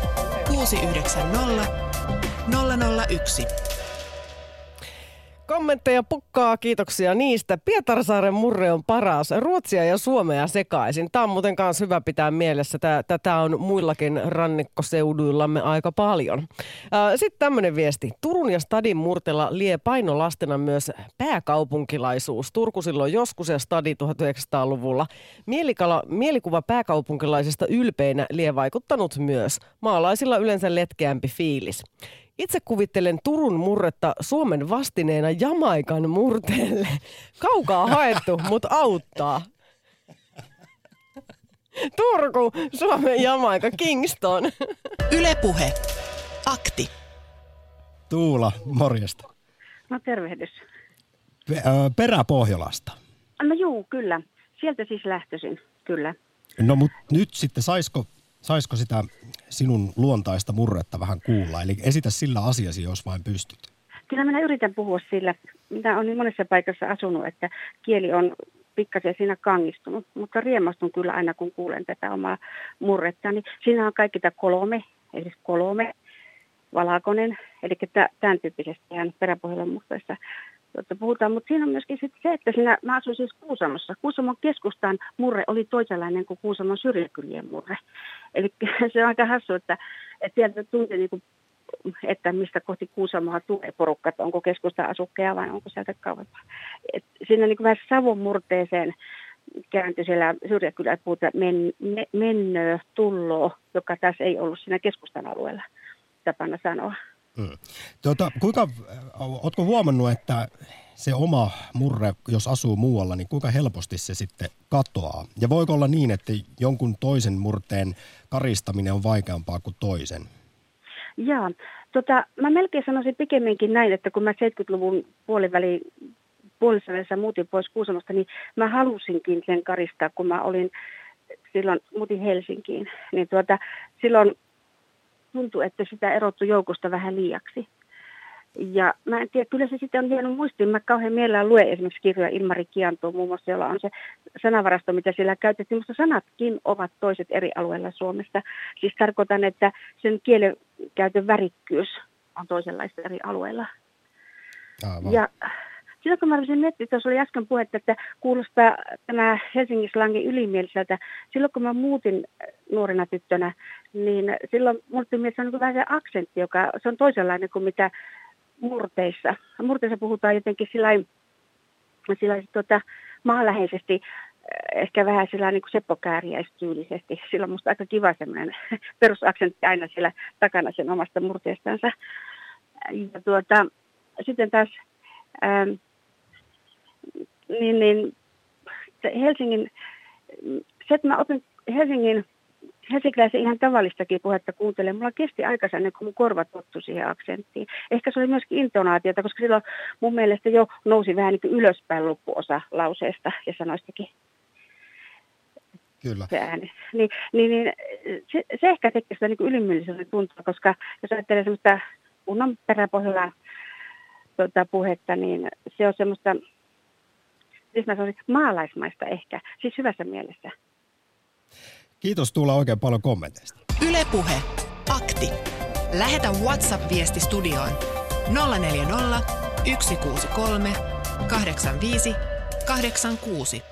690 001. Kommentteja pukkaa, kiitoksia niistä. Pietarsaaren murre on paras. Ruotsia ja Suomea sekaisin. Tämä on muuten kanssa hyvä pitää mielessä. Tätä on muillakin rannikkoseuduillamme aika paljon. Sitten tämmöinen viesti. Turun ja Stadin murteella lie painolastena myös pääkaupunkilaisuus. Turku silloin joskus ja Stadi 1900-luvulla. Mielikuva pääkaupunkilaisesta ylpeinä lie vaikuttanut myös. Maalaisilla yleensä letkeämpi fiilis. Itse kuvittelen Turun murretta Suomen vastineena Jamaikan murteelle. Kaukaa haettu, mutta auttaa. Turku, Suomen Jamaika, Kingston. Yle Puhe. Akti. Tuula, morjesta. No tervehdys. Peräpohjolasta. No juu, kyllä. Sieltä siis lähtöisin, kyllä. No mutta nyt sitten saisiko sitä sinun luontaista murretta vähän kuulla? Eli esitä sillä asiasi, jos vain pystyt. Kyllä minä yritän puhua sillä, mitä on niin monessa paikassa asunut, että kieli on pikkasen siinä kangistunut, mutta riemastun kyllä aina, kun kuulen tätä omaa murretta. Niin siinä on kaikki tämä kolme, valakonen, eli tämän tyyppisesti ihan Peräpohjolan murteessa puhutaan. Mutta siinä on myöskin sitten se, että mä asuin siis Kuusamossa. Kuusamon keskustan murre oli toisenlainen kuin Kuusamon syrjäkylien murre. Eli se on aika hassu, että sieltä tuntee niin että mistä kohti Kuusamoa tulee porukka, että onko keskustan asukkeja vai onko sieltä kauempaa. Siinä niin vähän Savon murteeseen kääntyi siellä syrjäkylällä, että puhutaan mennöö, tulloo, joka tässä ei ollut siinä keskustan alueella tapana sanoa. Ootko huomannut, että se oma murre, jos asuu muualla, niin kuinka helposti se sitten katoaa? Ja voiko olla niin, että jonkun toisen murteen karistaminen on vaikeampaa kuin toisen? Jaa, mä melkein sanoisin pikemminkin näin, että kun mä 70-luvun puolivälissä muutin pois Kuusamosta, niin mä halusinkin sen karistaa, kun mä muutin Helsinkiin. Niin silloin tuntui, että sitä erottui joukosta vähän liiaksi. Ja mä en tiedä, kyllä se sitten on jäänyt muistiin. Mä kauhean mielellään luen esimerkiksi kirjoja Ilmari Kiantoon muun muassa, jolla on se sanavarasto, mitä siellä käytettiin. Musta sanatkin ovat toiset eri alueilla Suomessa. Siis tarkoitan, että sen kielenkäytön värikkyys on toisenlaista eri alueilla. Aivan. Ja silloin kun mä olisin miettinyt, tuossa oli äsken puhetta, että kuulostaa tämä Helsingin slangi ylimieliseltä. Silloin kun mä muutin nuorena tyttönä, niin silloin mulle tuli mielessä on vähän se aksentti, joka se on toisenlainen kuin mitä murteissa. Murteissa puhutaan jotenkin sillä maanläheisesti, ehkä vähän sillä niin kuin seppokääriäistyylisesti. Sillä on musta aika kiva semmoinen perusaksentti aina siellä takana sen omasta murteestansa. Ja sitten taas Helsingin, se, että mä opin helsinkiläisen ihan tavallistakin puhetta kuuntelemaan. Mulla kesti aikaisemmin, kun mun korvat tottui siihen aksenttiin. Ehkä se oli myöskin intonaatiota, koska silloin mun mielestä jo nousi vähän niin kuin ylöspäin loppuosa lauseesta ja sanoistakin. Kyllä. Se ääni. Se ehkä tekee sitä niin ylimyllisyyden tuntua, koska jos ajattelee semmoista kunnon Peräpohjolan puhetta, niin se on semmoista, siis mä sanoisin, maalaismaista ehkä, siis hyvässä mielessä. Kiitos Tuula oikein paljon kommenteista. Yle Puhe. Akti. Lähetä WhatsApp-viesti studioon 040 163 85 86.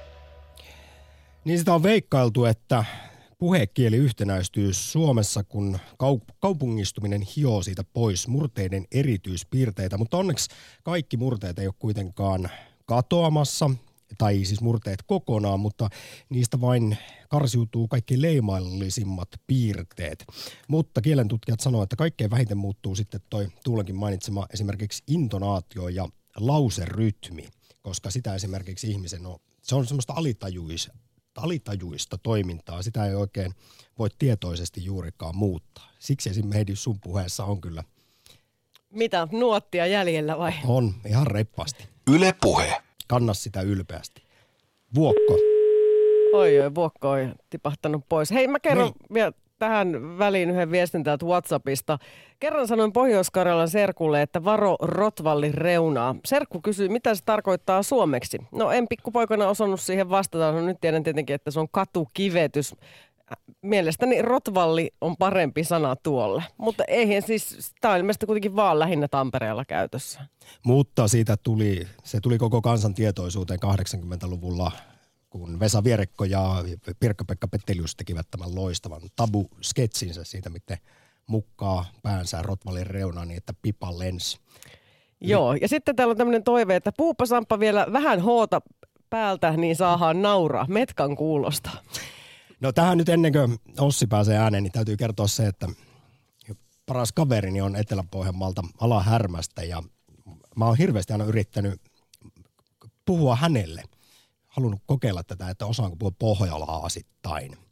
Niin sitä on veikkailtu, että puhekieli yhtenäistyy Suomessa, kun kaupungistuminen hioo siitä pois murteiden erityispiirteitä, mutta onneksi kaikki murteet ei ole kuitenkaan katoamassa, tai siis murteet kokonaan, mutta niistä vain karsiutuu kaikki leimaillisimmat piirteet. Mutta kielentutkijat sanoo, että kaikkein vähiten muuttuu sitten toi Tuulankin mainitsema esimerkiksi intonaatio ja lauserytmi, koska sitä esimerkiksi se on semmoista alitajuista toimintaa, sitä ei oikein voi tietoisesti juurikaan muuttaa. Siksi esimerkiksi sun puheessa on kyllä... Mitä, nuottia jäljellä vai? On, ihan reippaasti. Yle Puhe. Kanna sitä ylpeästi. Vuokko. Oi, Vuokko on tipahtanut pois. Hei, mä kerron vielä tähän väliin yhden viestin täältä WhatsAppista. Kerran sanoin Pohjois-Karjalan serkulle, että varo Rotvallin reunaa. Serkku kysyi, mitä se tarkoittaa suomeksi. No en pikkupoikana osannut siihen vastata. No nyt tiedän tietenkin, että se on katukivetys. Mielestäni Rotvalli on parempi sana tuolle. Mutta eihän siis, tämä on ilmeisesti kuitenkin vaan lähinnä Tampereella käytössä. Mutta se tuli koko kansan tietoisuuteen 80-luvulla, kun Vesa Vierekko ja Pirkka-Pekka Pettelius tekivät tämän loistavan tabu-sketsinsä siitä, miten mukkaa päänsä Rotvallin reunaan niin, että pipa lens. Joo, ja sitten täällä on tämmöinen toive, että puuppa Samppa vielä vähän hoota päältä, niin saadaan nauraa metkan kuulosta. No tähän nyt ennen kuin Ossi pääsee ääneen, niin täytyy kertoa se, että paras kaverini on Etelä-Pohjanmaalta Alahärmästä ja mä oon hirveästi aina yrittänyt puhua hänelle. Halunnut kokeilla tätä, että osaanko puhua Pohjolaa asittain.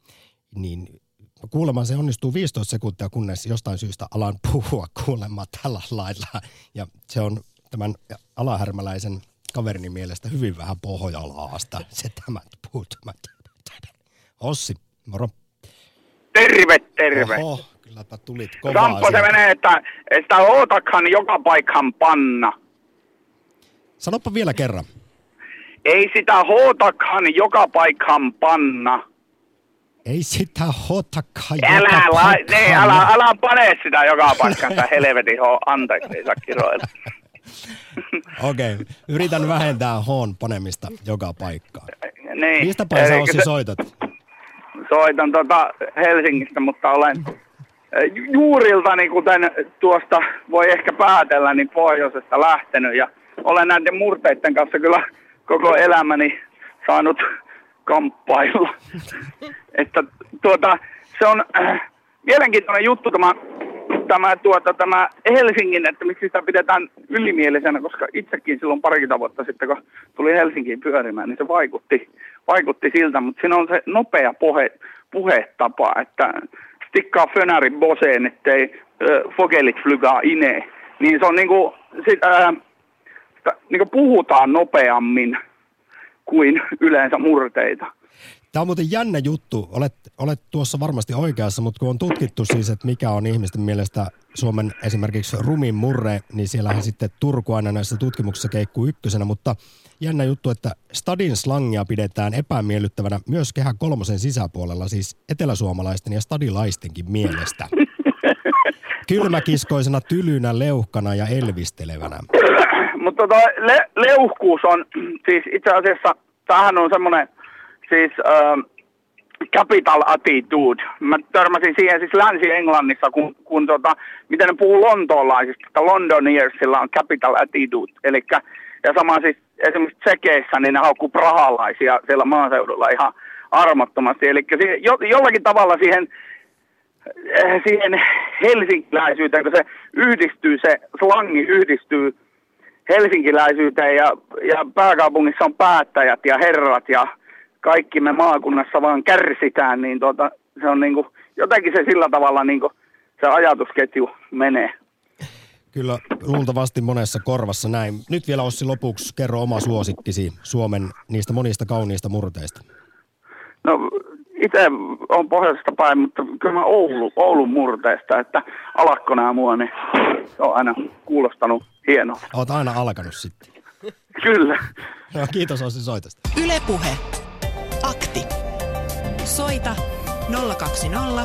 niin kuulemma se onnistuu 15 sekuntia, kunnes jostain syystä alan puhua kuulemma tällä lailla. Ja se on tämän alahärmäläisen kaverini mielestä hyvin vähän Pohjalaasta. Se tämä puutuma. Ossi, moro. Terve. Oho, kylläpä tulit kovaa. Sampo se menee, että sitä hootakaan joka paikkaan panna. Sanoppa vielä kerran. Ei sitä hootakaan joka paikkaan panna. Ei sitä hootakaan joka paikkaan. Älä pane sitä joka paikkaan, sitä helvetin anteeksi, ei saa kiroilla. Okei, yritän vähentää hoon panemista joka paikkaan. Niin. Mistä päin sä Ossi soitat? Soitan Helsingistä, mutta olen juuriltani, kuten tuosta voi ehkä päätellä, niin pohjoisesta lähtenyt. Ja olen näiden murteiden kanssa kyllä koko elämäni saanut kamppailla. Että se on mielenkiintoinen juttu tämä Helsingin, että miksi sitä pidetään ylimielisenä, koska itsekin silloin parikymmentä vuotta sitten, kun tuli Helsinkiin pyörimään, niin se vaikutti siltä, mutta siinä on se nopea puhetapa, että stikkaa fönäri boseen, ettei fogelit flygaa ineen, niin se on niinku puhutaan nopeammin kuin yleensä murteita. Tämä on muuten jännä juttu. Olet tuossa varmasti oikeassa, mutta kun on tutkittu siis, että mikä on ihmisten mielestä Suomen esimerkiksi rumin murre, niin siellähän sitten Turku aina näissä tutkimuksissa keikkuu ykkösenä, mutta jännä juttu, että stadin slangia pidetään epämiellyttävänä myös Kehä kolmosen sisäpuolella, siis eteläsuomalaisten ja stadilaistenkin mielestä. Kylmäkiskoisena, tylynä, leuhkana ja elvistelevänä. Mutta leuhkuus on siis itse asiassa, tämähän on semmoinen siis capital attitude. Mä törmäsin siihen siis Länsi-Englannissa, kun miten ne puhuu lontoolaisista, että Londoniersilla on capital attitude. Elikkä, ja sama siis esimerkiksi Tsekeissä, niin ne haukkuu prahalaisia siellä maaseudulla ihan armottomasti. Eli jollakin tavalla siihen helsinkiläisyyteen, kun se yhdistyy, se slangi yhdistyy helsinkiläisyyteen ja pääkaupungissa on päättäjät ja herrat ja kaikki me maakunnassa vaan kärsitään, niin se on niinku, jotenkin se sillä tavalla niinku se ajatusketju menee. Kyllä luultavasti monessa korvassa näin. Nyt vielä Ossi lopuksi kerro oma suosikkisi Suomen niistä monista kauniista murteista. No itse on pohjoisesta päin, mutta kyllä mä Oulun murteesta, että Alakkonäämua, niin se on aina kuulostanut hienoa. Oot aina alkanut sitten. Kyllä. No, kiitos Ossi soitosta. Yle Puhe. Akti. Soita 020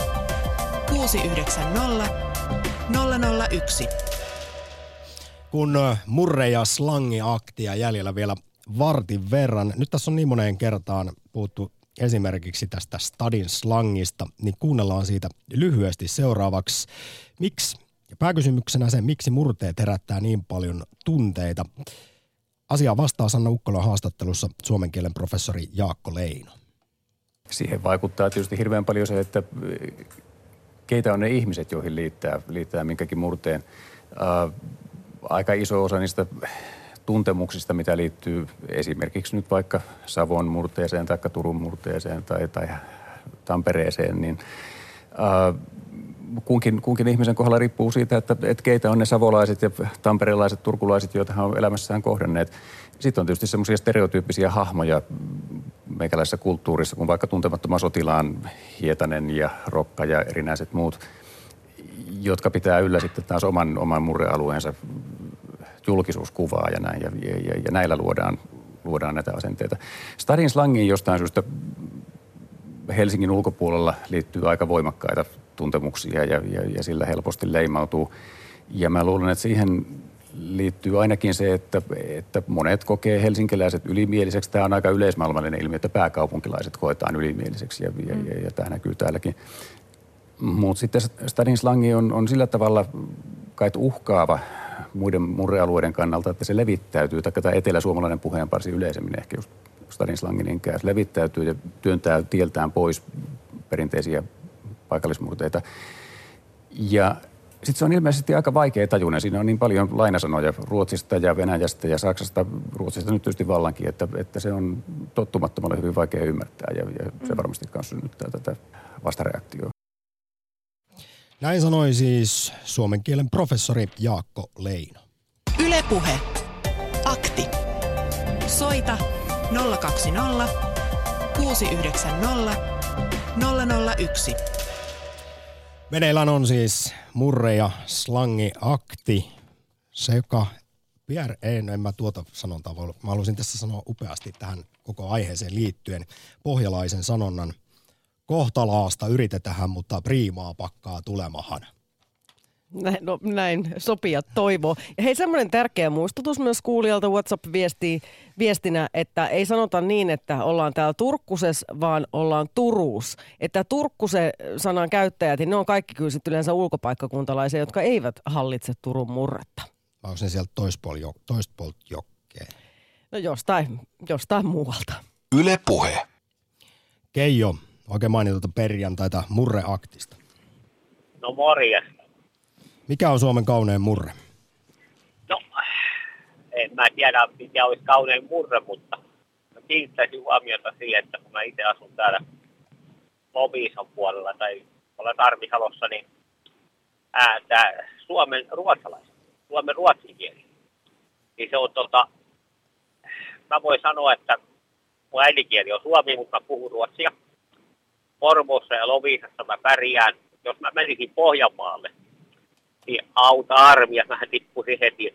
690 001. Kun murre- ja slangiaktia jäljellä vielä vartin verran. Nyt tässä on niin moneen kertaan puhuttu esimerkiksi tästä stadin slangista, niin kuunnellaan siitä lyhyesti seuraavaksi. Pääkysymyksenä se, miksi murteet herättää niin paljon tunteita. Asiaa vastaa Sanna Ukkolan haastattelussa suomen kielen professori Jaakko Leino. Siihen vaikuttaa tietysti hirveän paljon se, että keitä on ne ihmiset, joihin liittää minkäkin murteen. Aika iso osa niistä tuntemuksista, mitä liittyy esimerkiksi nyt vaikka Savon murteeseen tai Turun murteeseen tai Tampereeseen, niin kunkin ihmisen kohdalla riippuu siitä, että keitä on ne savolaiset ja tamperelaiset, turkulaiset, joita hän on elämässään kohdanneet. Sitten on tietysti semmoisia stereotyyppisiä hahmoja meikäläisessä kulttuurissa, kuin vaikka Tuntemattoman sotilaan Hietanen ja Rokka ja erinäiset muut, jotka pitää yllä sitten taas oman murrealueensa julkisuuskuvaa ja näin, ja näillä luodaan näitä asenteita. Stadin slangiin jostain syystä Helsingin ulkopuolella liittyy aika voimakkaita tuntemuksia ja sillä helposti leimautuu. Ja mä luulen, että siihen liittyy ainakin se, että monet kokee helsinkiläiset ylimieliseksi. Tämä on aika yleismaailmallinen ilmiö, että pääkaupunkilaiset koetaan ylimieliseksi ja tämä näkyy täälläkin. Mutta sitten stadin slangi on sillä tavalla kai uhkaava muiden murrealueiden kannalta, että se levittäytyy, tai tämä eteläsuomalainen puheenparsi yleisemmin ehkä just stadin slangi niinkään, se levittäytyy ja työntää tieltään pois perinteisiä paikallismurteita. Ja Sitten se on ilmeisesti aika vaikea tajuinen. Siinä on niin paljon lainasanoja Ruotsista ja Venäjästä ja Saksasta, Ruotsista nyt tietysti vallankin, että se on tottumattomalle hyvin vaikea ymmärtää ja se varmasti myös synnyttää tätä vastareaktioa. Näin sanoi siis suomen kielen professori Jaakko Leino. Yle Puhe. Akti. Soita 020 690 001. Meneillään on siis murre- ja slangiakti, se joka, en mä tuota sanontaa voi, mä haluaisin tässä sanoa upeasti tähän koko aiheeseen liittyen, pohjalaisen sanonnan kohtalaasta yritetään, mutta priimaa pakkaa tulemahan. Näin sopia toivoo. Ja hei, semmoinen tärkeä muistutus myös kuulijalta WhatsApp-viestinä, että ei sanota niin, että ollaan täällä Turkkuses, vaan ollaan Turuus. Että Turkkuse-sanan käyttäjät, niin ne on kaikki kyllä sitten yleensä ulkopaikkakuntalaisia, jotka eivät hallitse Turun murretta. Vai onko se sieltä toista puolta jokkeen? No jostain muualta. Yle Puhe. Keijo, oikein mainitulta perjantaita murreaktista. No morjesta. Mikä on Suomen kaunein murre? No, en mä tiedä, mikä olisi kaunein murre, mutta kiinnittäisin huomiota siihen, että kun mä itse asun täällä Loviisan puolella tai olen Tarvisalossa, niin tämä Suomen ruotsin kieli. Niin se on mä voin sanoa, että mun äidinkieli on suomi, mutta mä puhun ruotsia. Porvoossa ja Loviisassa mä pärjään. Jos mä menisin Pohjanmaalle, niin auta armias, mä tippusin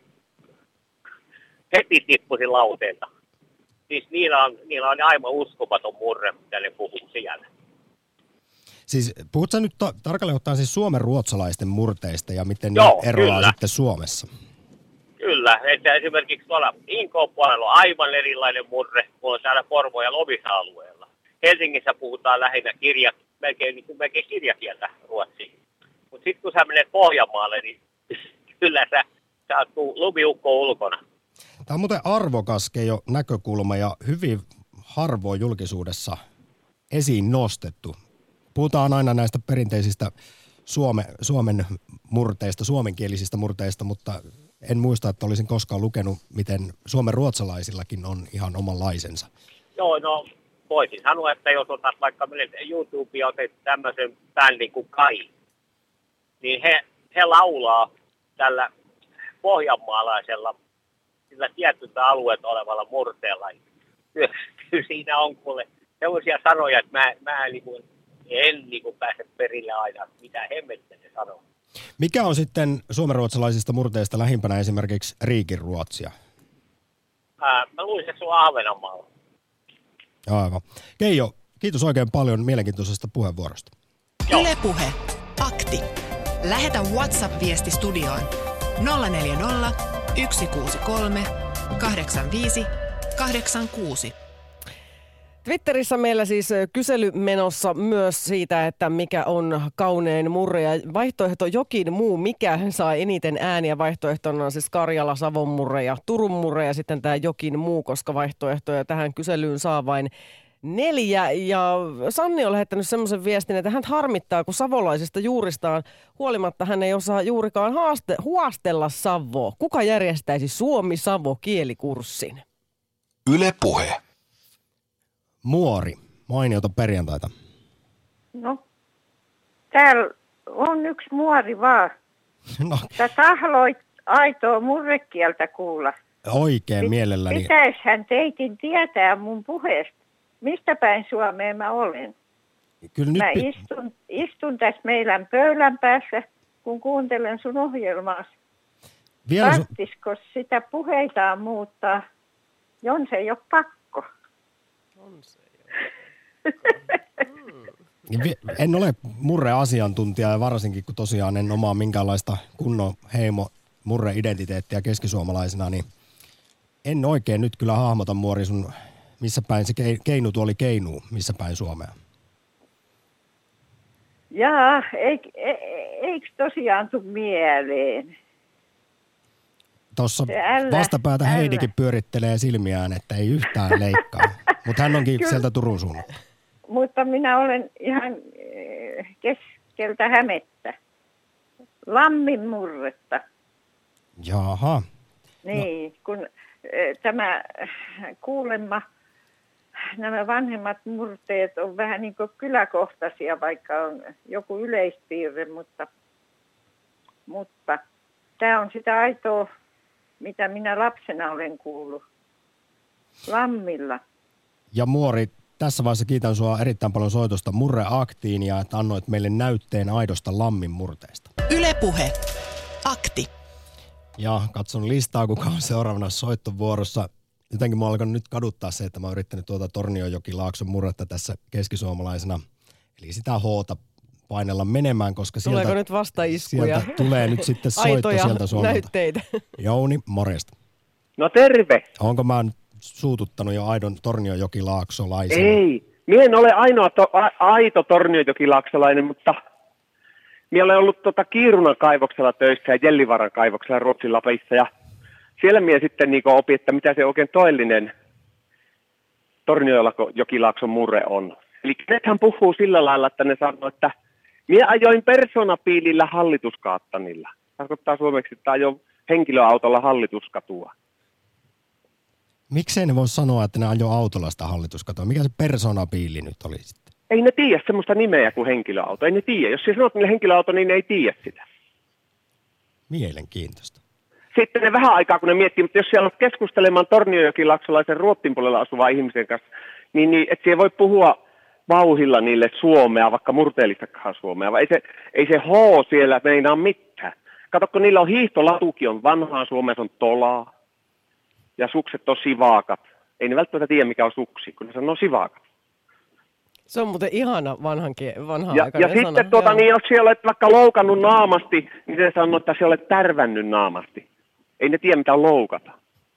heti tippusin lauteelta. Siis niillä on aivan uskomaton murre, mitä ne puhuu siellä. Siis puhut sä nyt tarkalleen ottaen siis suomen ruotsalaisten murteista ja miten ne eroaa sitten Suomessa? Kyllä, että esimerkiksi tuolla Inkoon puolella on aivan erilainen murre, kun on täällä Porvo- ja Lovisa-alueella. Helsingissä puhutaan lähinnä melkein kirjakieltä ruotsia. Mutta sitten kun sä menet Pohjanmaalle, niin kyllä sä oot lumiukko ulkona. Tämä on muuten arvokas Keijo näkökulma ja hyvin harvoin julkisuudessa esiin nostettu. Puhutaan aina näistä perinteisistä Suomen murteista, suomenkielisistä murteista, mutta en muista, että olisin koskaan lukenut, miten suomen ruotsalaisillakin on ihan omanlaisensa. Joo, no voisin sanoa, että jos otat vaikka YouTubeen ja otat tämmöisen bändin kuin Kai, niin he laulaa tällä pohjanmaalaisella, sillä tietyllä alueella olevalla murteella. Siinä on kuule sellaisia sanoja, että mä en pääse perille aina, mitä hemmettä ne sanoo. Mikä on sitten suomenruotsalaisista murteista lähimpänä esimerkiksi riikinruotsia? Mä luulisin, että se on Ahvenanmaalla. Aivan. Keijo, kiitos oikein paljon mielenkiintoisesta puheenvuorosta. Yle Puhe. Akti. Lähetä WhatsApp-viesti studioon 040 163 85 86. Twitterissä meillä siis kysely menossa myös siitä, että mikä on kaunein murre ja vaihtoehto jokin muu, mikä saa eniten ääniä. Vaihtoehtona on siis Karjala, Savon murre ja Turun murre ja sitten tämä jokin muu, koska vaihtoehtoja tähän kyselyyn saa vain 4. Ja Sanni on lähettänyt semmoisen viestin, että hän harmittaa, kun savolaisista juuristaan huolimatta hän ei osaa juurikaan huostella Savoa. Kuka järjestäisi Suomi-Savo-kielikurssin? Yle Puhe. Muori, mainiota perjantaita. No, täällä on yksi muori vaan. No. Sä tahloit aitoa murrekieltä kuulla. Oikein mielelläni. Pitäishän teitin tietää mun puheesta, mistä päin Suomeen mä olen. Kyllä nyt mä istun tässä meidän pöydän päässä, kun kuuntelen sun ohjelmaasi. Tarvitsisiko sitä puheitaan muuttaa? Jon se ei ole pakko. En ole murre-asiantuntija ja varsinkin kun tosiaan en omaa minkäänlaista kunnon murre-identiteettiä keskisuomalaisena, niin en oikein nyt kyllä hahmota Muori sun, missä päin se keinutuoli keinuu, missä päin Suomea. Jaa, eikö tosiaan tule mieleen? Tuossa vastapäätä Heidikin pyörittelee silmiään, että ei yhtään leikkaa. Mutta hän onkin sieltä Turun suunnalta. Mutta minä olen ihan keskeltä Hämettä. lammin murretta. Jaha. Niin, kun tämä kuulemma, nämä vanhemmat murteet on vähän niin kuin kyläkohtaisia, vaikka on joku yleispiirre, mutta tämä on sitä aitoa, mitä minä lapsena olen kuullut. Lammilla. Ja Muori, tässä vaiheessa kiitän sinua erittäin paljon soitosta Murre-aktiin ja että annoit meille näytteen aidosta lammin murteesta. Yle Puhe. Akti. Ja katson listaa, kuka on seuraavana soittovuorossa. Jotenkin mä alkan nyt kaduttaa se, että mä oon yrittänyt tuota Tornionjokilaakson murretta tässä keskisuomalaisena. Eli sitä H:ta painella menemään, koska tuleeko nyt vastaiskuja? Sieltä tulee nyt sitten soitto aitoja sieltä Suomelta. Näytteitä. Jouni, morjesta. No terve. Onko mä suututtanut jo aidon Tornionjokilaaksolaisen? Ei. Mie en ole ainoa aito Tornionjokilaaksolainen, mutta mie olen ollut Kiirunan kaivoksella töissä ja Jellivaran kaivoksella Ruotsin Lapissa. Ja siellä mie sitten opin, että mitä se oikein toellinen Tornionjokilaakson murre on. Eli nehän puhuu sillä lailla, että ne sanoo, että mie ajoin persoonapiilillä hallituskaattanilla. Tarkoittaa suomeksi, että ajoin henkilöautolla hallituskatua. Miksei ne voi sanoa, että ne ajoi autolla sitä hallituskatua? Mikä se persoonapiili nyt oli sitten? Ei ne tiedä semmoista nimeä kuin henkilöauto. Ei ne tiedä. Jos sanot niille henkilöauto, niin ne ei tiedä sitä. Mielenkiintoista. Sitten ne vähän aikaa, kun ne miettii, mutta jos siellä on keskustelemaan Tornionjokilaaksolaisen Ruotsin puolella asuvan ihmisen kanssa, niin et siellä voi puhua vauhilla niille suomea, vaikka murteellistakaan suomea, vaan ei se H siellä meinaa mitään. Kato, kun niillä on hiihtolatuki, on vanhaa suomea, se on tolaa, ja sukset on sivaakat. Ei ne välttämättä tiedä, mikä on suksi, kun ne sanoo sivaakat. Se on muuten ihana vanha ja sitten niin jos siellä olet vaikka loukannut naamasti, niin se sanoo, että se olet tärvännyt naamasti. Ei ne tiedä, mitä on loukata.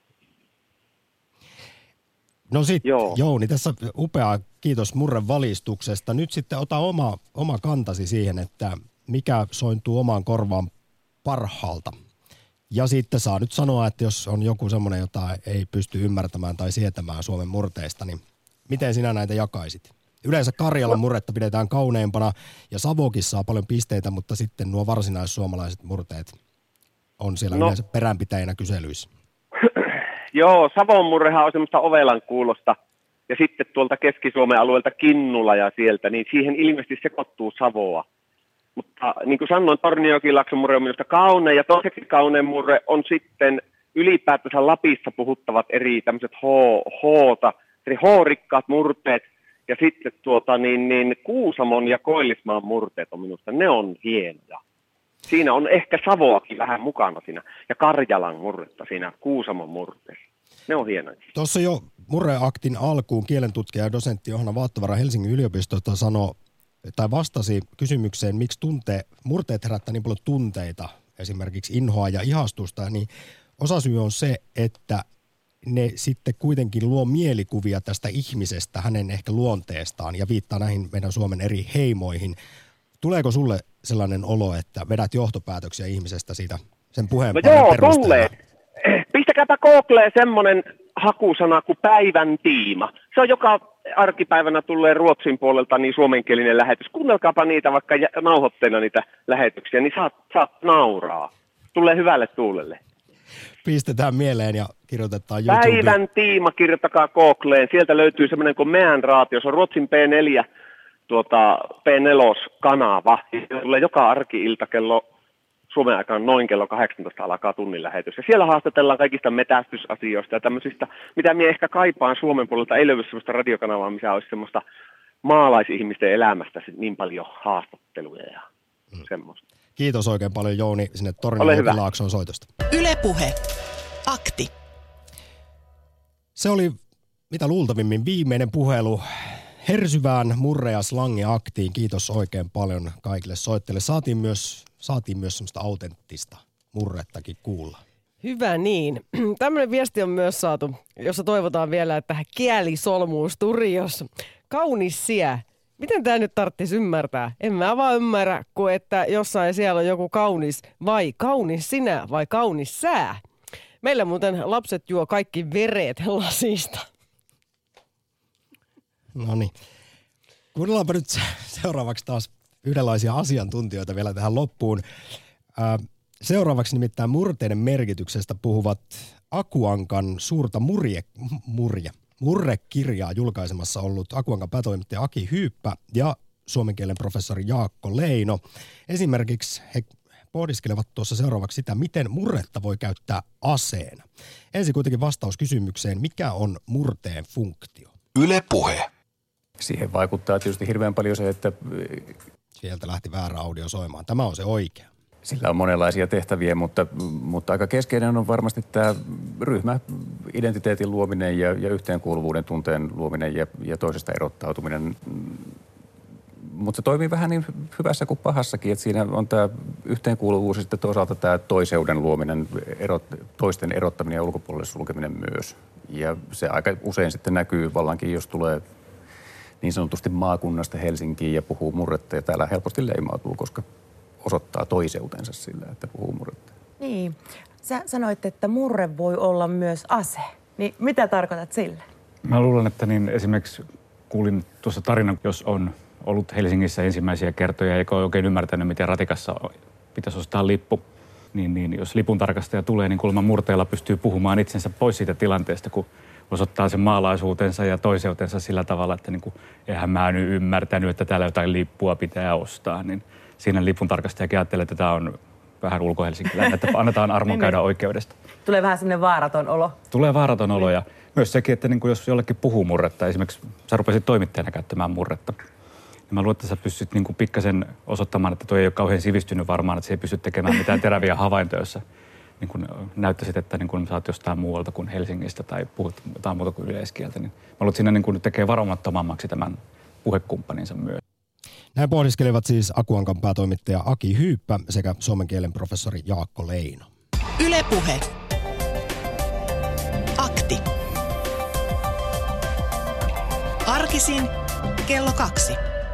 No sitten, Jouni, tässä upeaa, kiitos Murren valistuksesta. Nyt sitten ota oma kantasi siihen, että mikä sointuu omaan korvaan parhaalta. Ja sitten saa nyt sanoa, että jos on joku semmoinen, jota ei pysty ymmärtämään tai sietämään Suomen murteista, niin miten sinä näitä jakaisit? Yleensä Karjalan murretta pidetään kauneimpana ja Savokin saa paljon pisteitä, mutta sitten nuo varsinaissuomalaiset murteet on siellä yleensä peränpitäjänä kyselyissä. Joo, Savon murrehan on semmoista ovelan kuulosta ja sitten tuolta Keski-Suomen alueelta Kinnula ja sieltä, niin siihen ilmeisesti sekoittuu Savoa. Mutta niin kuin sanoin, Tornionjokilaakson murre on minusta kaunein ja toiseksi kaunein murre on sitten ylipäätänsä Lapissa puhuttavat eri tämmöiset eli H-rikkaat murteet ja sitten Kuusamon ja Koillismaan murteet on minusta, ne on hienoja. Siinä on ehkä Savoakin vähän mukana siinä ja Karjalan murretta siinä Kuusamon murteessa. Ne on hienoja. Tuossa jo Murre-aktin alkuun kielentutkija ja dosentti Johanna Vaattavaara Helsingin yliopistosta vastasi kysymykseen, miksi murteet herättää niin paljon tunteita, esimerkiksi inhoa ja ihastusta, niin osasyy on se, että ne sitten kuitenkin luo mielikuvia tästä ihmisestä, hänen ehkä luonteestaan ja viittaa näihin meidän Suomen eri heimoihin. Tuleeko sulle sellainen olo, että vedät johtopäätöksiä ihmisestä siitä sen puheenpanon perusteella? Tulee. Pistäkääpä Googleen semmoinen hakusana kuin päivän tiima. Se on joka arkipäivänä tulee Ruotsin puolelta niin suomenkielinen lähetys. Kuunnelkaapa niitä vaikka nauhoitteena niitä lähetyksiä, niin saat nauraa. Tulee hyvälle tuulelle. Pistetään mieleen ja kirjoitetaan YouTubeen. Päivän tiima, kirjoittakaa Googleen. Sieltä löytyy semmoinen kuin Meän raatio. Se on Ruotsin P4, P4-kanava. Se tulee joka arki-ilta Suomen aikaan noin kello 18 alkaa tunnin lähetys. Ja siellä haastatellaan kaikista metästysasioista ja tämmöisistä, mitä minä ehkä kaipaan Suomen puolelta. Ei löydy semmoista radiokanavaa, missä olisi semmoista maalaisihmisten elämästä niin paljon haastatteluja ja semmoista. Kiitos oikein paljon Jouni sinne Tornionjokilaakson soitosta. Yle Puhe. Akti. Se oli mitä luultavimmin viimeinen puhelu hersyvään murre- ja slangi-aktiin. Kiitos oikein paljon kaikille soittajille. Saatiin myös semmoista autenttista murrettakin kuulla. Hyvä niin. Tämmöinen viesti on myös saatu, jossa toivotaan vielä, että kieli solmuu studiossa. Kaunis siä. Miten tämä nyt tarvitsisi ymmärtää? En mä vaan ymmärrä, kun että jossain siellä on joku kaunis vai kaunis sinä vai kaunis sää. Meillä muuten lapset juo kaikki vereet lasista. No niin. Kuunnellaanpa nyt seuraavaksi taas yhdenlaisia asiantuntijoita vielä tähän loppuun. Seuraavaksi nimittäin murteiden merkityksestä puhuvat Akuankan suurta murrekirjaa julkaisemassa ollut Akuankan päätoimittaja Aki Hyyppä ja suomen kielen professori Jaakko Leino. Esimerkiksi he pohdiskelevat tuossa seuraavaksi sitä, miten murretta voi käyttää aseena. Ensin kuitenkin vastaus kysymykseen, mikä on murteen funktio? Yle Puhe. Siihen vaikuttaa tietysti hirveän paljon se, että... Sieltä lähti väärä audio soimaan. Tämä on se oikea. Sillä on monenlaisia tehtäviä, mutta aika keskeinen on varmasti tämä ryhmäidentiteetin luominen ja yhteenkuuluvuuden tunteen luominen ja toisesta erottautuminen. Mutta se toimii vähän niin hyvässä kuin pahassakin, että siinä on tämä yhteenkuuluvuus ja sitten toisaalta tämä toiseuden luominen, toisten erottaminen ja ulkopuolelle sulkeminen myös. Ja se aika usein sitten näkyy vallankin, jos tulee niin sanotusti maakunnasta Helsinkiin ja puhuu murretta. Ja täällä helposti leimautuu, koska osoittaa toiseutensa sillä, että puhuu murretta. Niin. Sä sanoit, että murre voi olla myös ase. Niin mitä tarkoitat sillä? Mä luulen, että niin esimerkiksi kuulin tuossa tarinan, jos on ollut Helsingissä ensimmäisiä kertoja eikä ole oikein ymmärtänyt, miten ratikassa pitäisi ostaa lippu. Niin jos lipuntarkastaja tulee, niin kuulemma murteella pystyy puhumaan itsensä pois siitä tilanteesta, kun osoittaa sen maalaisuutensa ja toiseutensa sillä tavalla, että niin kuin, eihän mä nyt ymmärtänyt, että täällä jotain lippua pitää ostaa. Niin siinä lipuntarkastajakin ajattelee, että tämä on vähän ulkohelsinkiläinen, että annetaan armon käydä oikeudesta. Tulee vähän semmoinen vaaraton olo. Tulee vaaraton olo ja myös sekin, että niin kuin jos jollekin puhuu murretta, esimerkiksi sä rupesit toimittajana käyttämään murretta, niin mä luulen, että sä pystyt niin kuin pikkasen osoittamaan, että toi ei ole kauhean sivistynyt varmaan, että se ei pysty tekemään mitään teräviä havaintoja, jossa niin kuin näyttäisit, että niin kuin sä oot jostain muualta kuin Helsingistä tai puhut jotain muuta kuin yleiskieltä. Niin mä luulen, että siinä niin kuin tekee varomattomammaksi tämän puhekumppaninsa myös. Näin pohdiskelevat siis Akuankan päätoimittaja Aki Hyyppä sekä suomen kielen professori Jaakko Leino. Yle Puhe. Akti. Arkisin kello 2.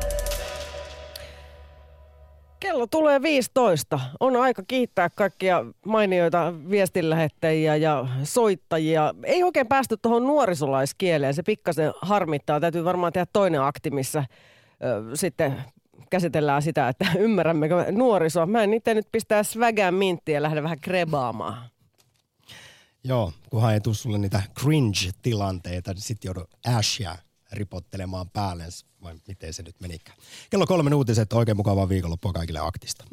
Kello tulee 15. On aika kiittää kaikkia mainioita viestinlähettäjiä ja soittajia. Ei oikein päästy tuohon nuorisolaiskieleen. Se pikkasen harmittaa. Täytyy varmaan tehdä toinen akti, missä sitten käsitellään sitä, että ymmärrämmekö nuorisoa. Mä en itse nyt pistää svägään minttiä ja lähde vähän krebaamaan. Joo, kunhan ei tule sulle niitä cringe-tilanteita, niin sitten joudun Ashia ripottelemaan päälle, vai miten se nyt menikään. Kello 3 uutiset, oikein mukavaa viikonloppua kaikille Aktista.